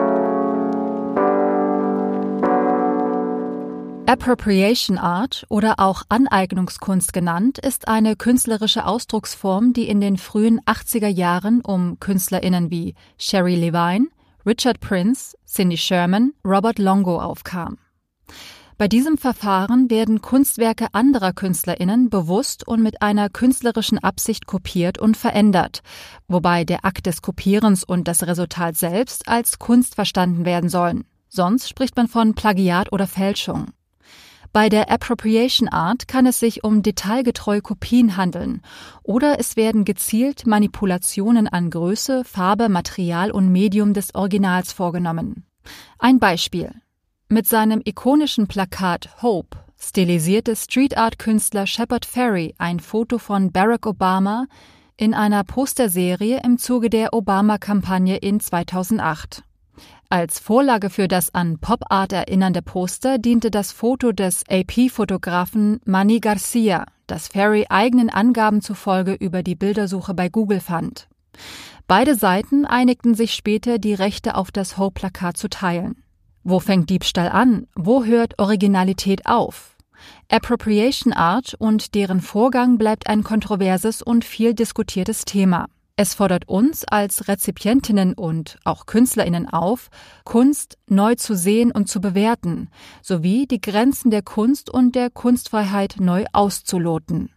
Appropriation Art oder auch Aneignungskunst genannt, ist eine künstlerische Ausdrucksform, die in den frühen achtziger Jahren um KünstlerInnen wie Sherry Levine, Richard Prince, Cindy Sherman, Robert Longo aufkam. Bei diesem Verfahren werden Kunstwerke anderer KünstlerInnen bewusst und mit einer künstlerischen Absicht kopiert und verändert, wobei der Akt des Kopierens und das Resultat selbst als Kunst verstanden werden sollen. Sonst spricht man von Plagiat oder Fälschung. Bei der Appropriation Art kann es sich um detailgetreue Kopien handeln oder es werden gezielt Manipulationen an Größe, Farbe, Material und Medium des Originals vorgenommen. Ein Beispiel. Mit seinem ikonischen Plakat Hope stilisierte Street-Art-Künstler Shepard Fairey ein Foto von Barack Obama in einer Posterserie im Zuge der Obama-Kampagne in zweitausendacht. Als Vorlage für das an Pop-Art erinnernde Poster diente das Foto des A P-Fotografen Manny Garcia, das Fairey eigenen Angaben zufolge über die Bildersuche bei Google fand. Beide Seiten einigten sich später, die Rechte auf das Hope-Plakat zu teilen. Wo fängt Diebstahl an? Wo hört Originalität auf? Appropriation Art und deren Vorgang bleibt ein kontroverses und viel diskutiertes Thema. Es fordert uns als Rezipientinnen und auch KünstlerInnen auf, Kunst neu zu sehen und zu bewerten, sowie die Grenzen der Kunst und der Kunstfreiheit neu auszuloten.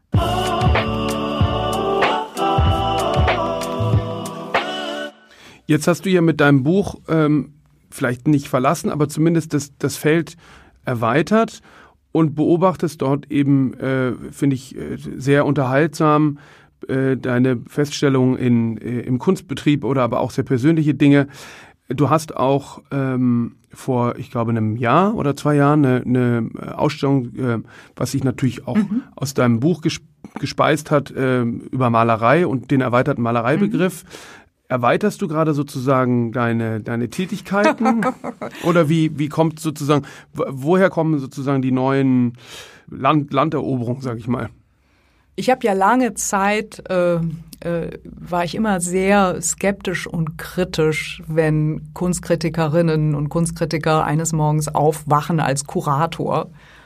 Jetzt hast du ja mit deinem Buch ähm, vielleicht nicht verlassen, aber zumindest das, das Feld erweitert und beobachtest dort eben, äh, finde ich, äh, sehr unterhaltsam, deine Feststellungen in, im Kunstbetrieb oder aber auch sehr persönliche Dinge. Du hast auch ähm, vor, ich glaube, einem Jahr oder zwei Jahren eine, eine Ausstellung, äh, was sich natürlich auch mhm. aus deinem Buch ges- gespeist hat, äh, über Malerei und den erweiterten Malereibegriff. Mhm. Erweiterst du gerade sozusagen deine, deine Tätigkeiten? Oder wie, wie kommt sozusagen, woher kommen sozusagen die neuen Land, Landeroberungen, sag ich mal? Ich habe ja lange Zeit, äh, äh, war ich immer sehr skeptisch und kritisch, wenn Kunstkritikerinnen und Kunstkritiker eines Morgens aufwachen als Kurator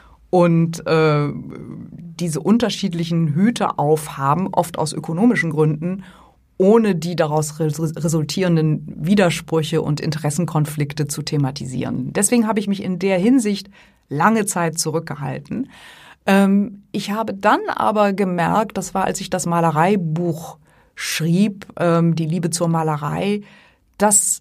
und äh, diese unterschiedlichen Hüte aufhaben, oft aus ökonomischen Gründen, ohne die daraus resultierenden Widersprüche und Interessenkonflikte zu thematisieren. Deswegen habe ich mich in der Hinsicht lange Zeit zurückgehalten. Ich habe dann aber gemerkt, das war, als ich das Malereibuch schrieb, die Liebe zur Malerei, das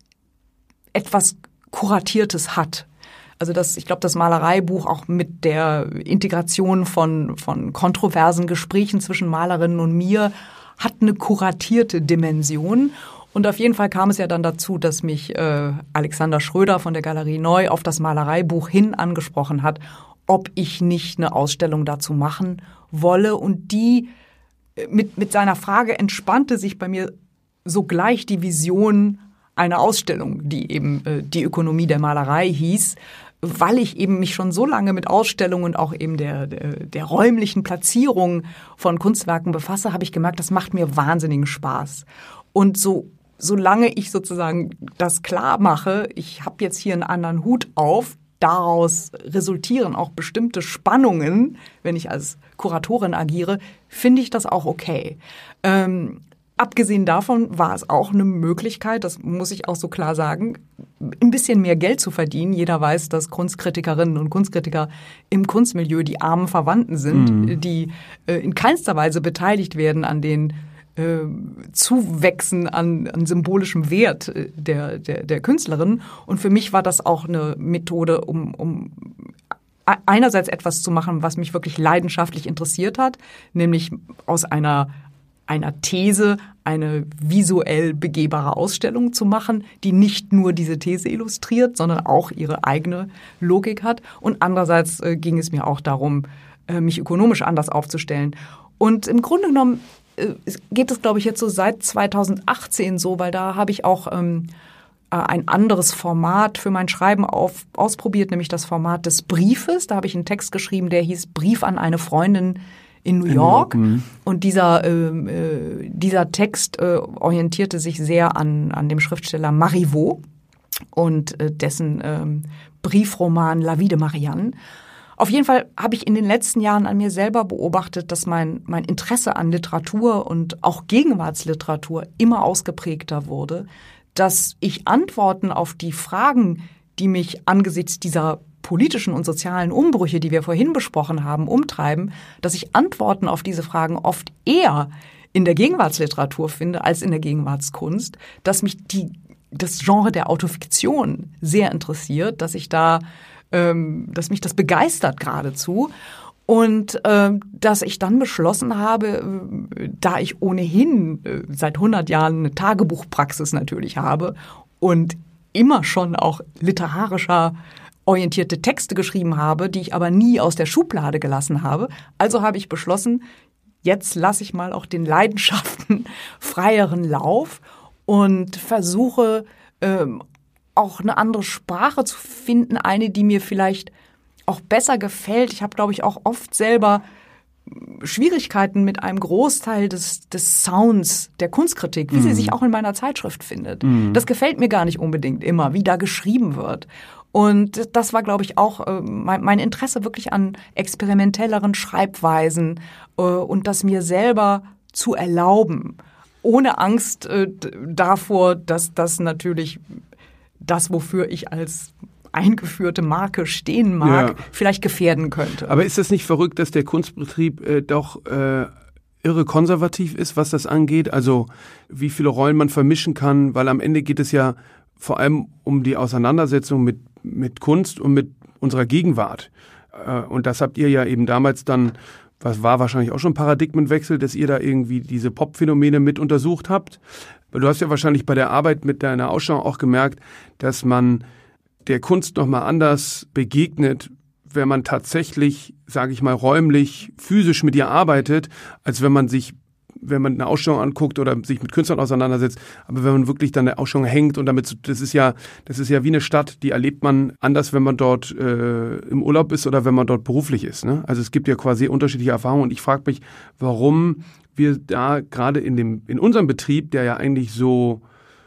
etwas Kuratiertes hat. Also das, ich glaube, das Malereibuch auch mit der Integration von, von kontroversen Gesprächen zwischen Malerinnen und mir hat eine kuratierte Dimension. Und auf jeden Fall kam es ja dann dazu, dass mich äh, Alexander Schröder von der Galerie Neu auf das Malereibuch hin angesprochen hat, ob ich nicht eine Ausstellung dazu machen wolle. Und die mit, mit seiner Frage entspannte sich bei mir sogleich die Vision einer Ausstellung, die eben äh, die Ökonomie der Malerei hieß, weil ich eben mich schon so lange mit Ausstellungen und auch eben der, der, der räumlichen Platzierung von Kunstwerken befasse, habe ich gemerkt, das macht mir wahnsinnigen Spaß. Und so solange ich sozusagen das klar mache, ich habe jetzt hier einen anderen Hut auf, daraus resultieren auch bestimmte Spannungen, wenn ich als Kuratorin agiere, finde ich das auch okay. Ähm, abgesehen davon war es auch eine Möglichkeit, das muss ich auch so klar sagen, ein bisschen mehr Geld zu verdienen. Jeder weiß, dass Kunstkritikerinnen und Kunstkritiker im Kunstmilieu die armen Verwandten sind, mhm. die äh, in keinster Weise beteiligt werden an den Äh, Zuwächsen an, an symbolischem Wert der, der, der Künstlerin. Und für mich war das auch eine Methode, um, um einerseits etwas zu machen, was mich wirklich leidenschaftlich interessiert hat, nämlich aus einer, einer These eine visuell begehbare Ausstellung zu machen, die nicht nur diese These illustriert, sondern auch ihre eigene Logik hat. Und andererseits äh, ging es mir auch darum, äh, mich ökonomisch anders aufzustellen. Und im Grunde genommen geht es, glaube ich, jetzt so seit zweitausendachtzehn so, weil da habe ich auch ähm, ein anderes Format für mein Schreiben auf, ausprobiert, nämlich das Format des Briefes. Da habe ich einen Text geschrieben, der hieß Brief an eine Freundin in New York. Mhm. Und dieser, äh, dieser Text äh, orientierte sich sehr an, an dem Schriftsteller Marivaux und äh, dessen äh, Briefroman La Vie de Marianne. Auf jeden Fall habe ich in den letzten Jahren an mir selber beobachtet, dass mein, mein Interesse an Literatur und auch Gegenwartsliteratur immer ausgeprägter wurde, dass ich Antworten auf die Fragen, die mich angesichts dieser politischen und sozialen Umbrüche, die wir vorhin besprochen haben, umtreiben, dass ich Antworten auf diese Fragen oft eher in der Gegenwartsliteratur finde als in der Gegenwartskunst, dass mich die, das Genre der Autofiktion sehr interessiert, dass ich da dass mich das begeistert geradezu und äh, dass ich dann beschlossen habe, äh, da ich ohnehin äh, seit hundert Jahren eine Tagebuchpraxis natürlich habe und immer schon auch literarischer orientierte Texte geschrieben habe, die ich aber nie aus der Schublade gelassen habe. Also habe ich beschlossen, jetzt lasse ich mal auch den Leidenschaften freieren Lauf und versuche äh, auch eine andere Sprache zu finden, eine, die mir vielleicht auch besser gefällt. Ich habe, glaube ich, auch oft selber Schwierigkeiten mit einem Großteil des, des Sounds der Kunstkritik, wie mhm. sie sich auch in meiner Zeitschrift findet. Mhm. Das gefällt mir gar nicht unbedingt immer, wie da geschrieben wird. Und das war, glaube ich, auch äh, mein, mein Interesse wirklich an experimentelleren Schreibweisen äh, und das mir selber zu erlauben, ohne Angst äh, davor, dass das natürlich das, wofür ich als eingeführte Marke stehen mag, ja. vielleicht gefährden könnte. Aber ist das nicht verrückt, dass der Kunstbetrieb äh, doch äh, irre konservativ ist, was das angeht? Also wie viele Rollen man vermischen kann, weil am Ende geht es ja vor allem um die Auseinandersetzung mit, mit Kunst und mit unserer Gegenwart. Äh, und das habt ihr ja eben damals dann, was war wahrscheinlich auch schon ein Paradigmenwechsel, dass ihr da irgendwie diese Pop-Phänomene mit untersucht habt. Du hast ja wahrscheinlich bei der Arbeit mit deiner Ausstellung auch gemerkt, dass man der Kunst nochmal anders begegnet, wenn man tatsächlich, sage ich mal, räumlich, physisch mit ihr arbeitet, als wenn man sich, wenn man eine Ausstellung anguckt oder sich mit Künstlern auseinandersetzt. Aber wenn man wirklich dann eine Ausstellung hängt und damit, das ist ja, das ist ja wie eine Stadt, die erlebt man anders, wenn man dort äh, im Urlaub ist oder wenn man dort beruflich ist. Ne? Also es gibt ja quasi unterschiedliche Erfahrungen und ich frage mich, warum wir da gerade in dem, in unserem Betrieb, der ja eigentlich so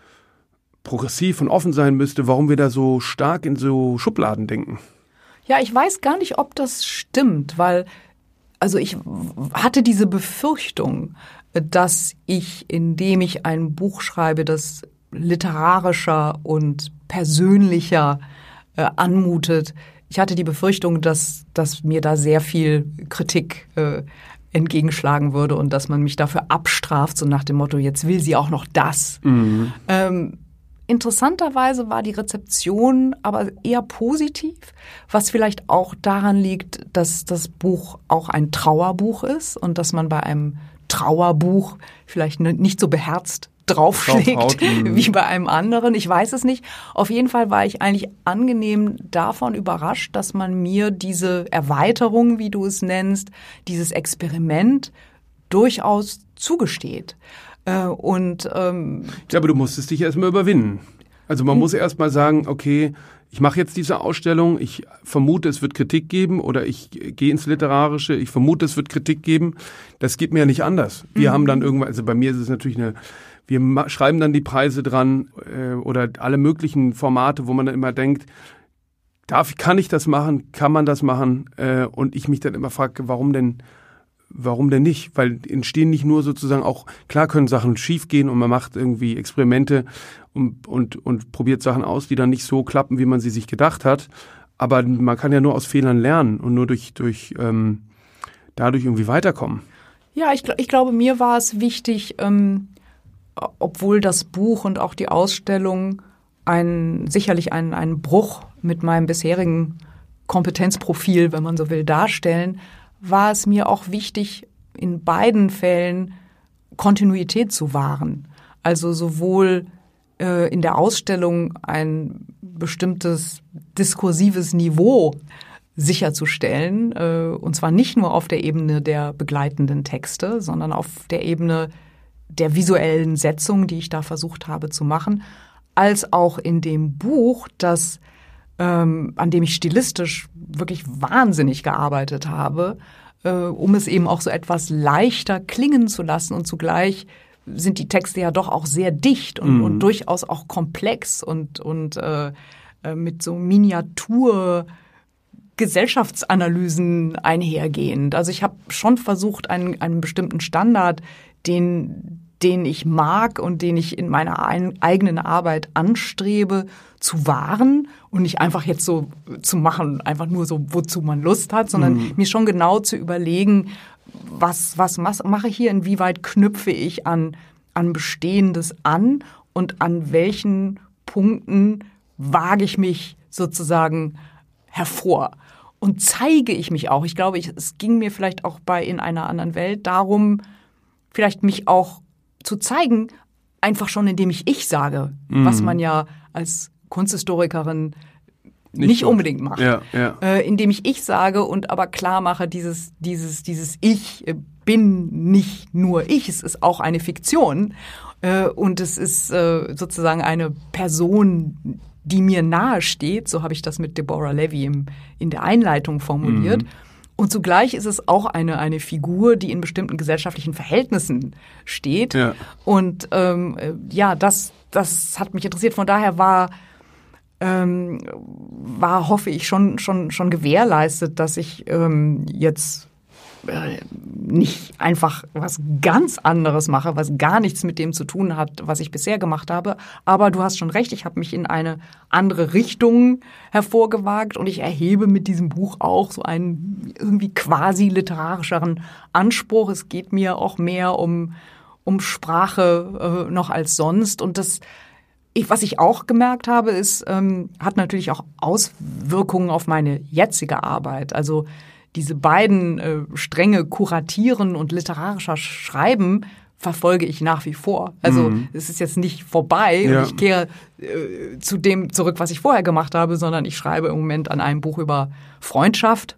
progressiv und offen sein müsste, warum wir da so stark in so Schubladen denken. Ja, ich weiß gar nicht, ob das stimmt, weil, also ich hatte diese Befürchtung, dass ich, indem ich ein Buch schreibe, das literarischer und persönlicher äh, anmutet, ich hatte die Befürchtung, dass, dass mir da sehr viel Kritik äh, entgegenschlagen würde und dass man mich dafür abstraft, so nach dem Motto, jetzt will sie auch noch das. Mhm. Ähm, interessanterweise war die Rezeption aber eher positiv, was vielleicht auch daran liegt, dass das Buch auch ein Trauerbuch ist und dass man bei einem Trauerbuch vielleicht nicht so beherzt draufschlägt wie bei einem anderen. Ich weiß es nicht. Auf jeden Fall war ich eigentlich angenehm davon überrascht, dass man mir diese Erweiterung, wie du es nennst, dieses Experiment durchaus zugesteht. Und ähm, ja, aber du musstest dich erstmal überwinden. Also man muss erstmal sagen, okay, ich mache jetzt diese Ausstellung, ich vermute, es wird Kritik geben oder ich gehe ins Literarische, ich vermute, es wird Kritik geben. Das geht mir ja nicht anders. Wir mhm. haben dann irgendwann, also bei mir ist es natürlich eine, wir schreiben dann die Preise dran äh, oder alle möglichen Formate, wo man dann immer denkt, darf, kann ich das machen, kann man das machen? Äh, und ich mich dann immer frage, warum denn Warum denn nicht? Weil entstehen nicht nur sozusagen auch, klar können Sachen schief gehen und man macht irgendwie Experimente und, und, und probiert Sachen aus, die dann nicht so klappen, wie man sie sich gedacht hat. Aber man kann ja nur aus Fehlern lernen und nur durch, durch ähm, dadurch irgendwie weiterkommen. Ja, ich, ich glaube, mir war es wichtig, ähm, obwohl das Buch und auch die Ausstellung ein, sicherlich einen, einen Bruch mit meinem bisherigen Kompetenzprofil, wenn man so will, darstellen, war es mir auch wichtig, in beiden Fällen Kontinuität zu wahren. Also sowohl äh, in der Ausstellung ein bestimmtes diskursives Niveau sicherzustellen, äh, und zwar nicht nur auf der Ebene der begleitenden Texte, sondern auf der Ebene der visuellen Setzung, die ich da versucht habe zu machen, als auch in dem Buch, das ähm, an dem ich stilistisch wirklich wahnsinnig gearbeitet habe, äh, um es eben auch so etwas leichter klingen zu lassen. Und zugleich sind die Texte ja doch auch sehr dicht und, mhm. und durchaus auch komplex und, und äh, mit so Miniatur Gesellschaftsanalysen einhergehend. Also ich habe schon versucht, einen, einen bestimmten Standard, den, den ich mag und den ich in meiner ein, eigenen Arbeit anstrebe, zu wahren und nicht einfach jetzt so zu machen, einfach nur so, wozu man Lust hat, sondern mhm. mir schon genau zu überlegen, was, was mache ich hier, inwieweit knüpfe ich an, an Bestehendes an und an welchen Punkten wage ich mich sozusagen hervor und zeige ich mich auch. Ich glaube, ich, es ging mir vielleicht auch bei In einer anderen Welt darum, vielleicht mich auch zu zeigen, einfach schon indem ich ich sage, mhm. was man ja als Kunsthistorikerin nicht, nicht unbedingt macht. Ja, ja. Äh, indem ich ich sage und aber klar mache, dieses, dieses, dieses Ich äh, bin nicht nur ich, es ist auch eine Fiktion äh, und es ist äh, sozusagen eine Person, die mir nahe steht, so habe ich das mit Deborah Levy im, in der Einleitung formuliert. Mhm. Und zugleich ist es auch eine, eine Figur, die in bestimmten gesellschaftlichen Verhältnissen steht. Ja. Und ähm, ja, das, das hat mich interessiert. Von daher war, ähm, war hoffe ich, schon, schon, schon gewährleistet, dass ich ähm, jetzt äh, nicht einfach was ganz anderes mache, was gar nichts mit dem zu tun hat, was ich bisher gemacht habe. Aber du hast schon recht, ich habe mich in eine andere Richtung hervorgewagt und ich erhebe mit diesem Buch auch so einen irgendwie quasi literarischeren Anspruch. Es geht mir auch mehr um, um Sprache äh, noch als sonst. Und das, ich, was ich auch gemerkt habe, ist, ähm, hat natürlich auch Auswirkungen auf meine jetzige Arbeit. Also diese beiden äh, Stränge Kuratieren und literarischer Schreiben verfolge ich nach wie vor. Also mhm. es ist jetzt nicht vorbei ja. und ich kehre äh, zu dem zurück, was ich vorher gemacht habe, sondern ich schreibe im Moment an einem Buch über Freundschaft,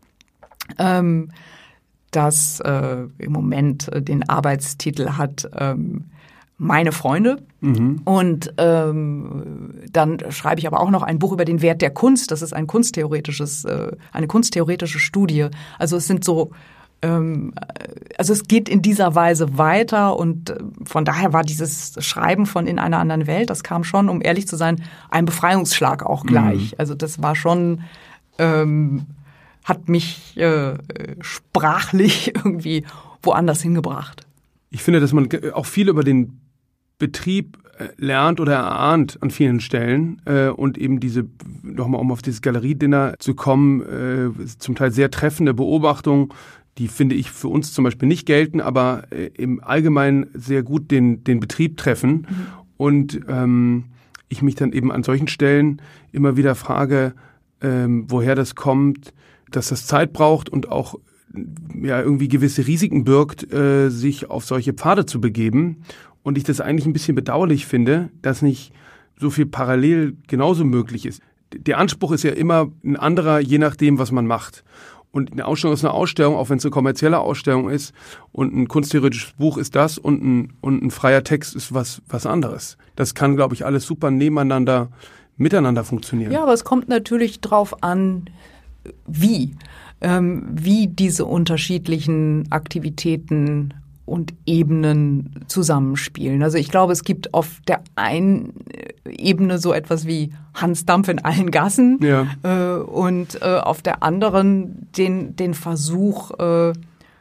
ähm, das äh, im Moment äh, den Arbeitstitel hat ähm, Meine Freunde. Mhm. Und ähm, dann schreibe ich aber auch noch ein Buch über den Wert der Kunst. Das ist ein kunsttheoretisches, äh, eine kunsttheoretische Studie. Also es sind so, ähm, also es geht in dieser Weise weiter und von daher war dieses Schreiben von In einer anderen Welt, das kam schon, um ehrlich zu sein, ein Befreiungsschlag auch gleich. Mhm. Also das war schon, ähm, hat mich äh, sprachlich irgendwie woanders hingebracht. Ich finde, dass man auch viel über den Betrieb lernt oder erahnt an vielen Stellen äh, und eben diese, nochmal um auf dieses Galeriedinner zu kommen, äh, zum Teil sehr treffende Beobachtungen, die finde ich für uns zum Beispiel nicht gelten, aber äh, im Allgemeinen sehr gut den, den Betrieb treffen mhm. und ähm, ich mich dann eben an solchen Stellen immer wieder frage, ähm, woher das kommt, dass das Zeit braucht und auch ja irgendwie gewisse Risiken birgt, äh, sich auf solche Pfade zu begeben. Und ich das eigentlich ein bisschen bedauerlich finde, dass nicht so viel parallel genauso möglich ist. Der Anspruch ist ja immer ein anderer, je nachdem, was man macht. Und eine Ausstellung ist eine Ausstellung, auch wenn es eine kommerzielle Ausstellung ist. Und ein kunsttheoretisches Buch ist das und ein, und ein freier Text ist was, was anderes. Das kann, glaube ich, alles super nebeneinander, miteinander funktionieren. Ja, aber es kommt natürlich drauf an, wie. Ähm, wie diese unterschiedlichen Aktivitäten und Ebenen zusammenspielen. Also ich glaube, es gibt auf der einen Ebene so etwas wie Hans Dampf in allen Gassen ja. äh, und äh, auf der anderen den, den Versuch, äh,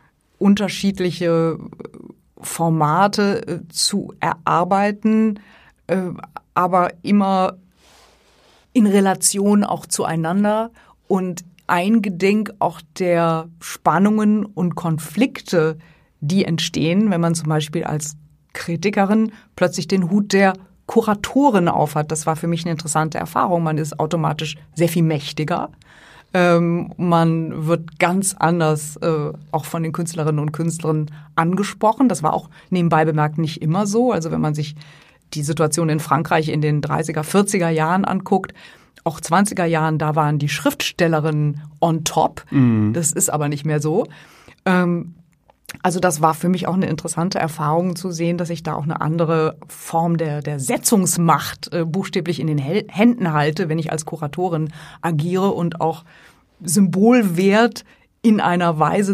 unterschiedliche Formate äh, zu erarbeiten, äh, aber immer in Relation auch zueinander und eingedenk auch der Spannungen und Konflikte, die entstehen, wenn man zum Beispiel als Kritikerin plötzlich den Hut der Kuratorin aufhat. Das war für mich eine interessante Erfahrung. Man ist automatisch sehr viel mächtiger. Ähm, man wird ganz anders äh, auch von den Künstlerinnen und Künstlern angesprochen. Das war auch nebenbei bemerkt nicht immer so. Also wenn man sich die Situation in Frankreich in den dreißiger, vierziger Jahren anguckt, auch zwanziger Jahren, da waren die Schriftstellerinnen on top. Mhm. Das ist aber nicht mehr so. Ähm, Also das war für mich auch eine interessante Erfahrung zu sehen, dass ich da auch eine andere Form der, der Setzungsmacht äh, buchstäblich in den Hel- Händen halte, wenn ich als Kuratorin agiere und auch Symbolwert in einer Weise zu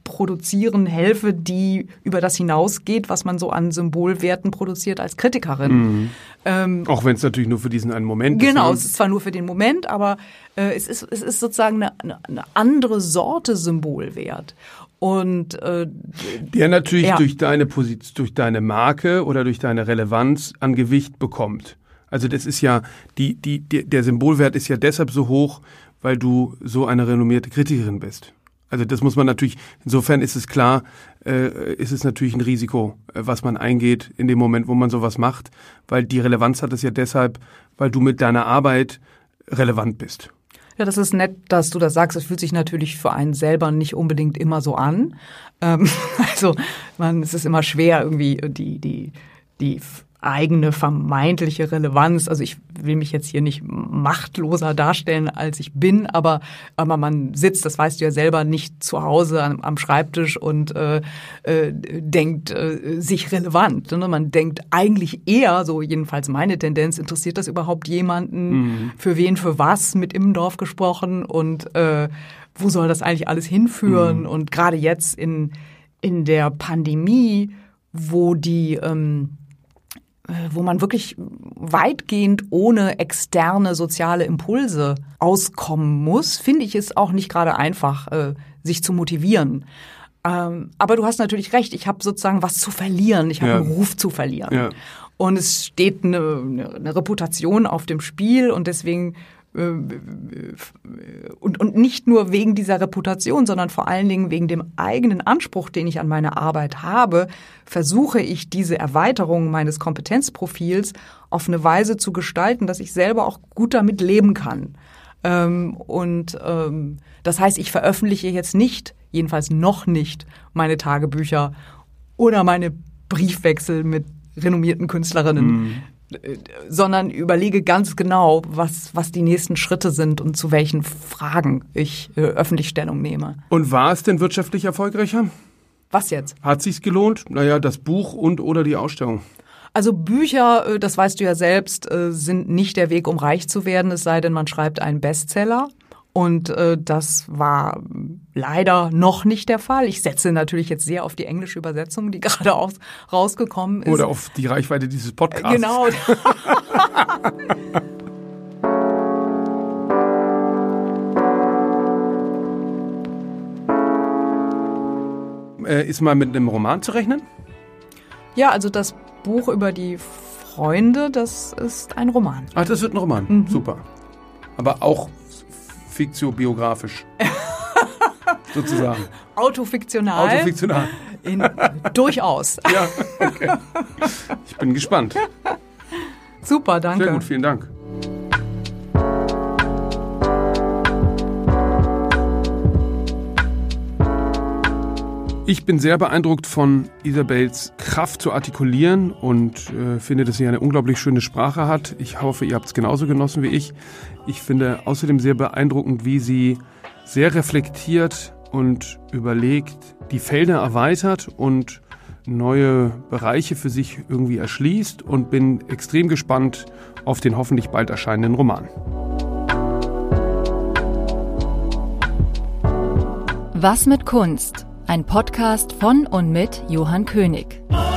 produzieren helfe, die über das hinausgeht, was man so an Symbolwerten produziert als Kritikerin. Mhm. Ähm, Auch wenn es natürlich nur für diesen einen Moment genau, ist. Genau, ne? es ist zwar nur für den Moment, aber äh, es ist, es ist sozusagen eine, eine andere Sorte Symbolwert. Und äh, der natürlich ja. durch deine Position, durch deine Marke oder durch deine Relevanz an Gewicht bekommt. Also das ist ja, die, die, die, der Symbolwert ist ja deshalb so hoch, weil du so eine renommierte Kritikerin bist. Also das muss man natürlich, insofern ist es klar, äh, ist es natürlich ein Risiko, äh, was man eingeht in dem Moment, wo man sowas macht, weil die Relevanz hat es ja deshalb, weil du mit deiner Arbeit relevant bist. Ja, das ist nett, dass du das sagst. Es fühlt sich natürlich für einen selber nicht unbedingt immer so an. Ähm, also man, es ist immer schwer, irgendwie die, die, die eigene vermeintliche Relevanz. Also ich will mich jetzt hier nicht machtloser darstellen, als ich bin, aber, aber man sitzt, das weißt du ja selber, nicht zu Hause am, am Schreibtisch und äh, äh, denkt äh, sich relevant. Ne? Man denkt eigentlich eher, so jedenfalls meine Tendenz, interessiert das überhaupt jemanden? Mhm. Für wen, für was, mit Immendorf gesprochen und äh, wo soll das eigentlich alles hinführen? Mhm. Und gerade jetzt in, in der Pandemie, wo die ähm, wo man wirklich weitgehend ohne externe soziale Impulse auskommen muss, finde ich es auch nicht gerade einfach, äh, sich zu motivieren. Ähm, aber du hast natürlich recht, ich habe sozusagen was zu verlieren, ich habe ja. einen Ruf zu verlieren. Ja. Und es steht eine, eine, eine Reputation auf dem Spiel und deswegen Und, und nicht nur wegen dieser Reputation, sondern vor allen Dingen wegen dem eigenen Anspruch, den ich an meine Arbeit habe, versuche ich diese Erweiterung meines Kompetenzprofils auf eine Weise zu gestalten, dass ich selber auch gut damit leben kann. Und das heißt, ich veröffentliche jetzt nicht, jedenfalls noch nicht, meine Tagebücher oder meine Briefwechsel mit renommierten Künstlerinnen. Mhm. sondern überlege ganz genau, was, was die nächsten Schritte sind und zu welchen Fragen ich äh, öffentlich Stellung nehme. Und war es denn wirtschaftlich erfolgreicher? Was jetzt? Hat sich's gelohnt? Naja, das Buch und oder die Ausstellung. Also Bücher, das weißt du ja selbst, sind nicht der Weg, um reich zu werden, es sei denn, man schreibt einen Bestseller. Und äh, das war leider noch nicht der Fall. Ich setze natürlich jetzt sehr auf die englische Übersetzung, die gerade aus, rausgekommen ist. Oder auf die Reichweite dieses Podcasts. Genau. äh, ist mal mit einem Roman zu rechnen? Ja, also das Buch über die Freunde, das ist ein Roman. Ach, das wird ein Roman. Mhm. Super. Aber auch fiktio-biografisch, sozusagen. Autofiktional. Autofiktional. In, durchaus. Ja, okay. Ich bin gespannt. Super, danke. Sehr gut, vielen Dank. Ich bin sehr beeindruckt von Isabels Kraft zu artikulieren und äh, finde, dass sie eine unglaublich schöne Sprache hat. Ich hoffe, ihr habt es genauso genossen wie ich. Ich finde außerdem sehr beeindruckend, wie sie sehr reflektiert und überlegt die Felder erweitert und neue Bereiche für sich irgendwie erschließt und bin extrem gespannt auf den hoffentlich bald erscheinenden Roman. Was mit Kunst? Ein Podcast von und mit Johann König.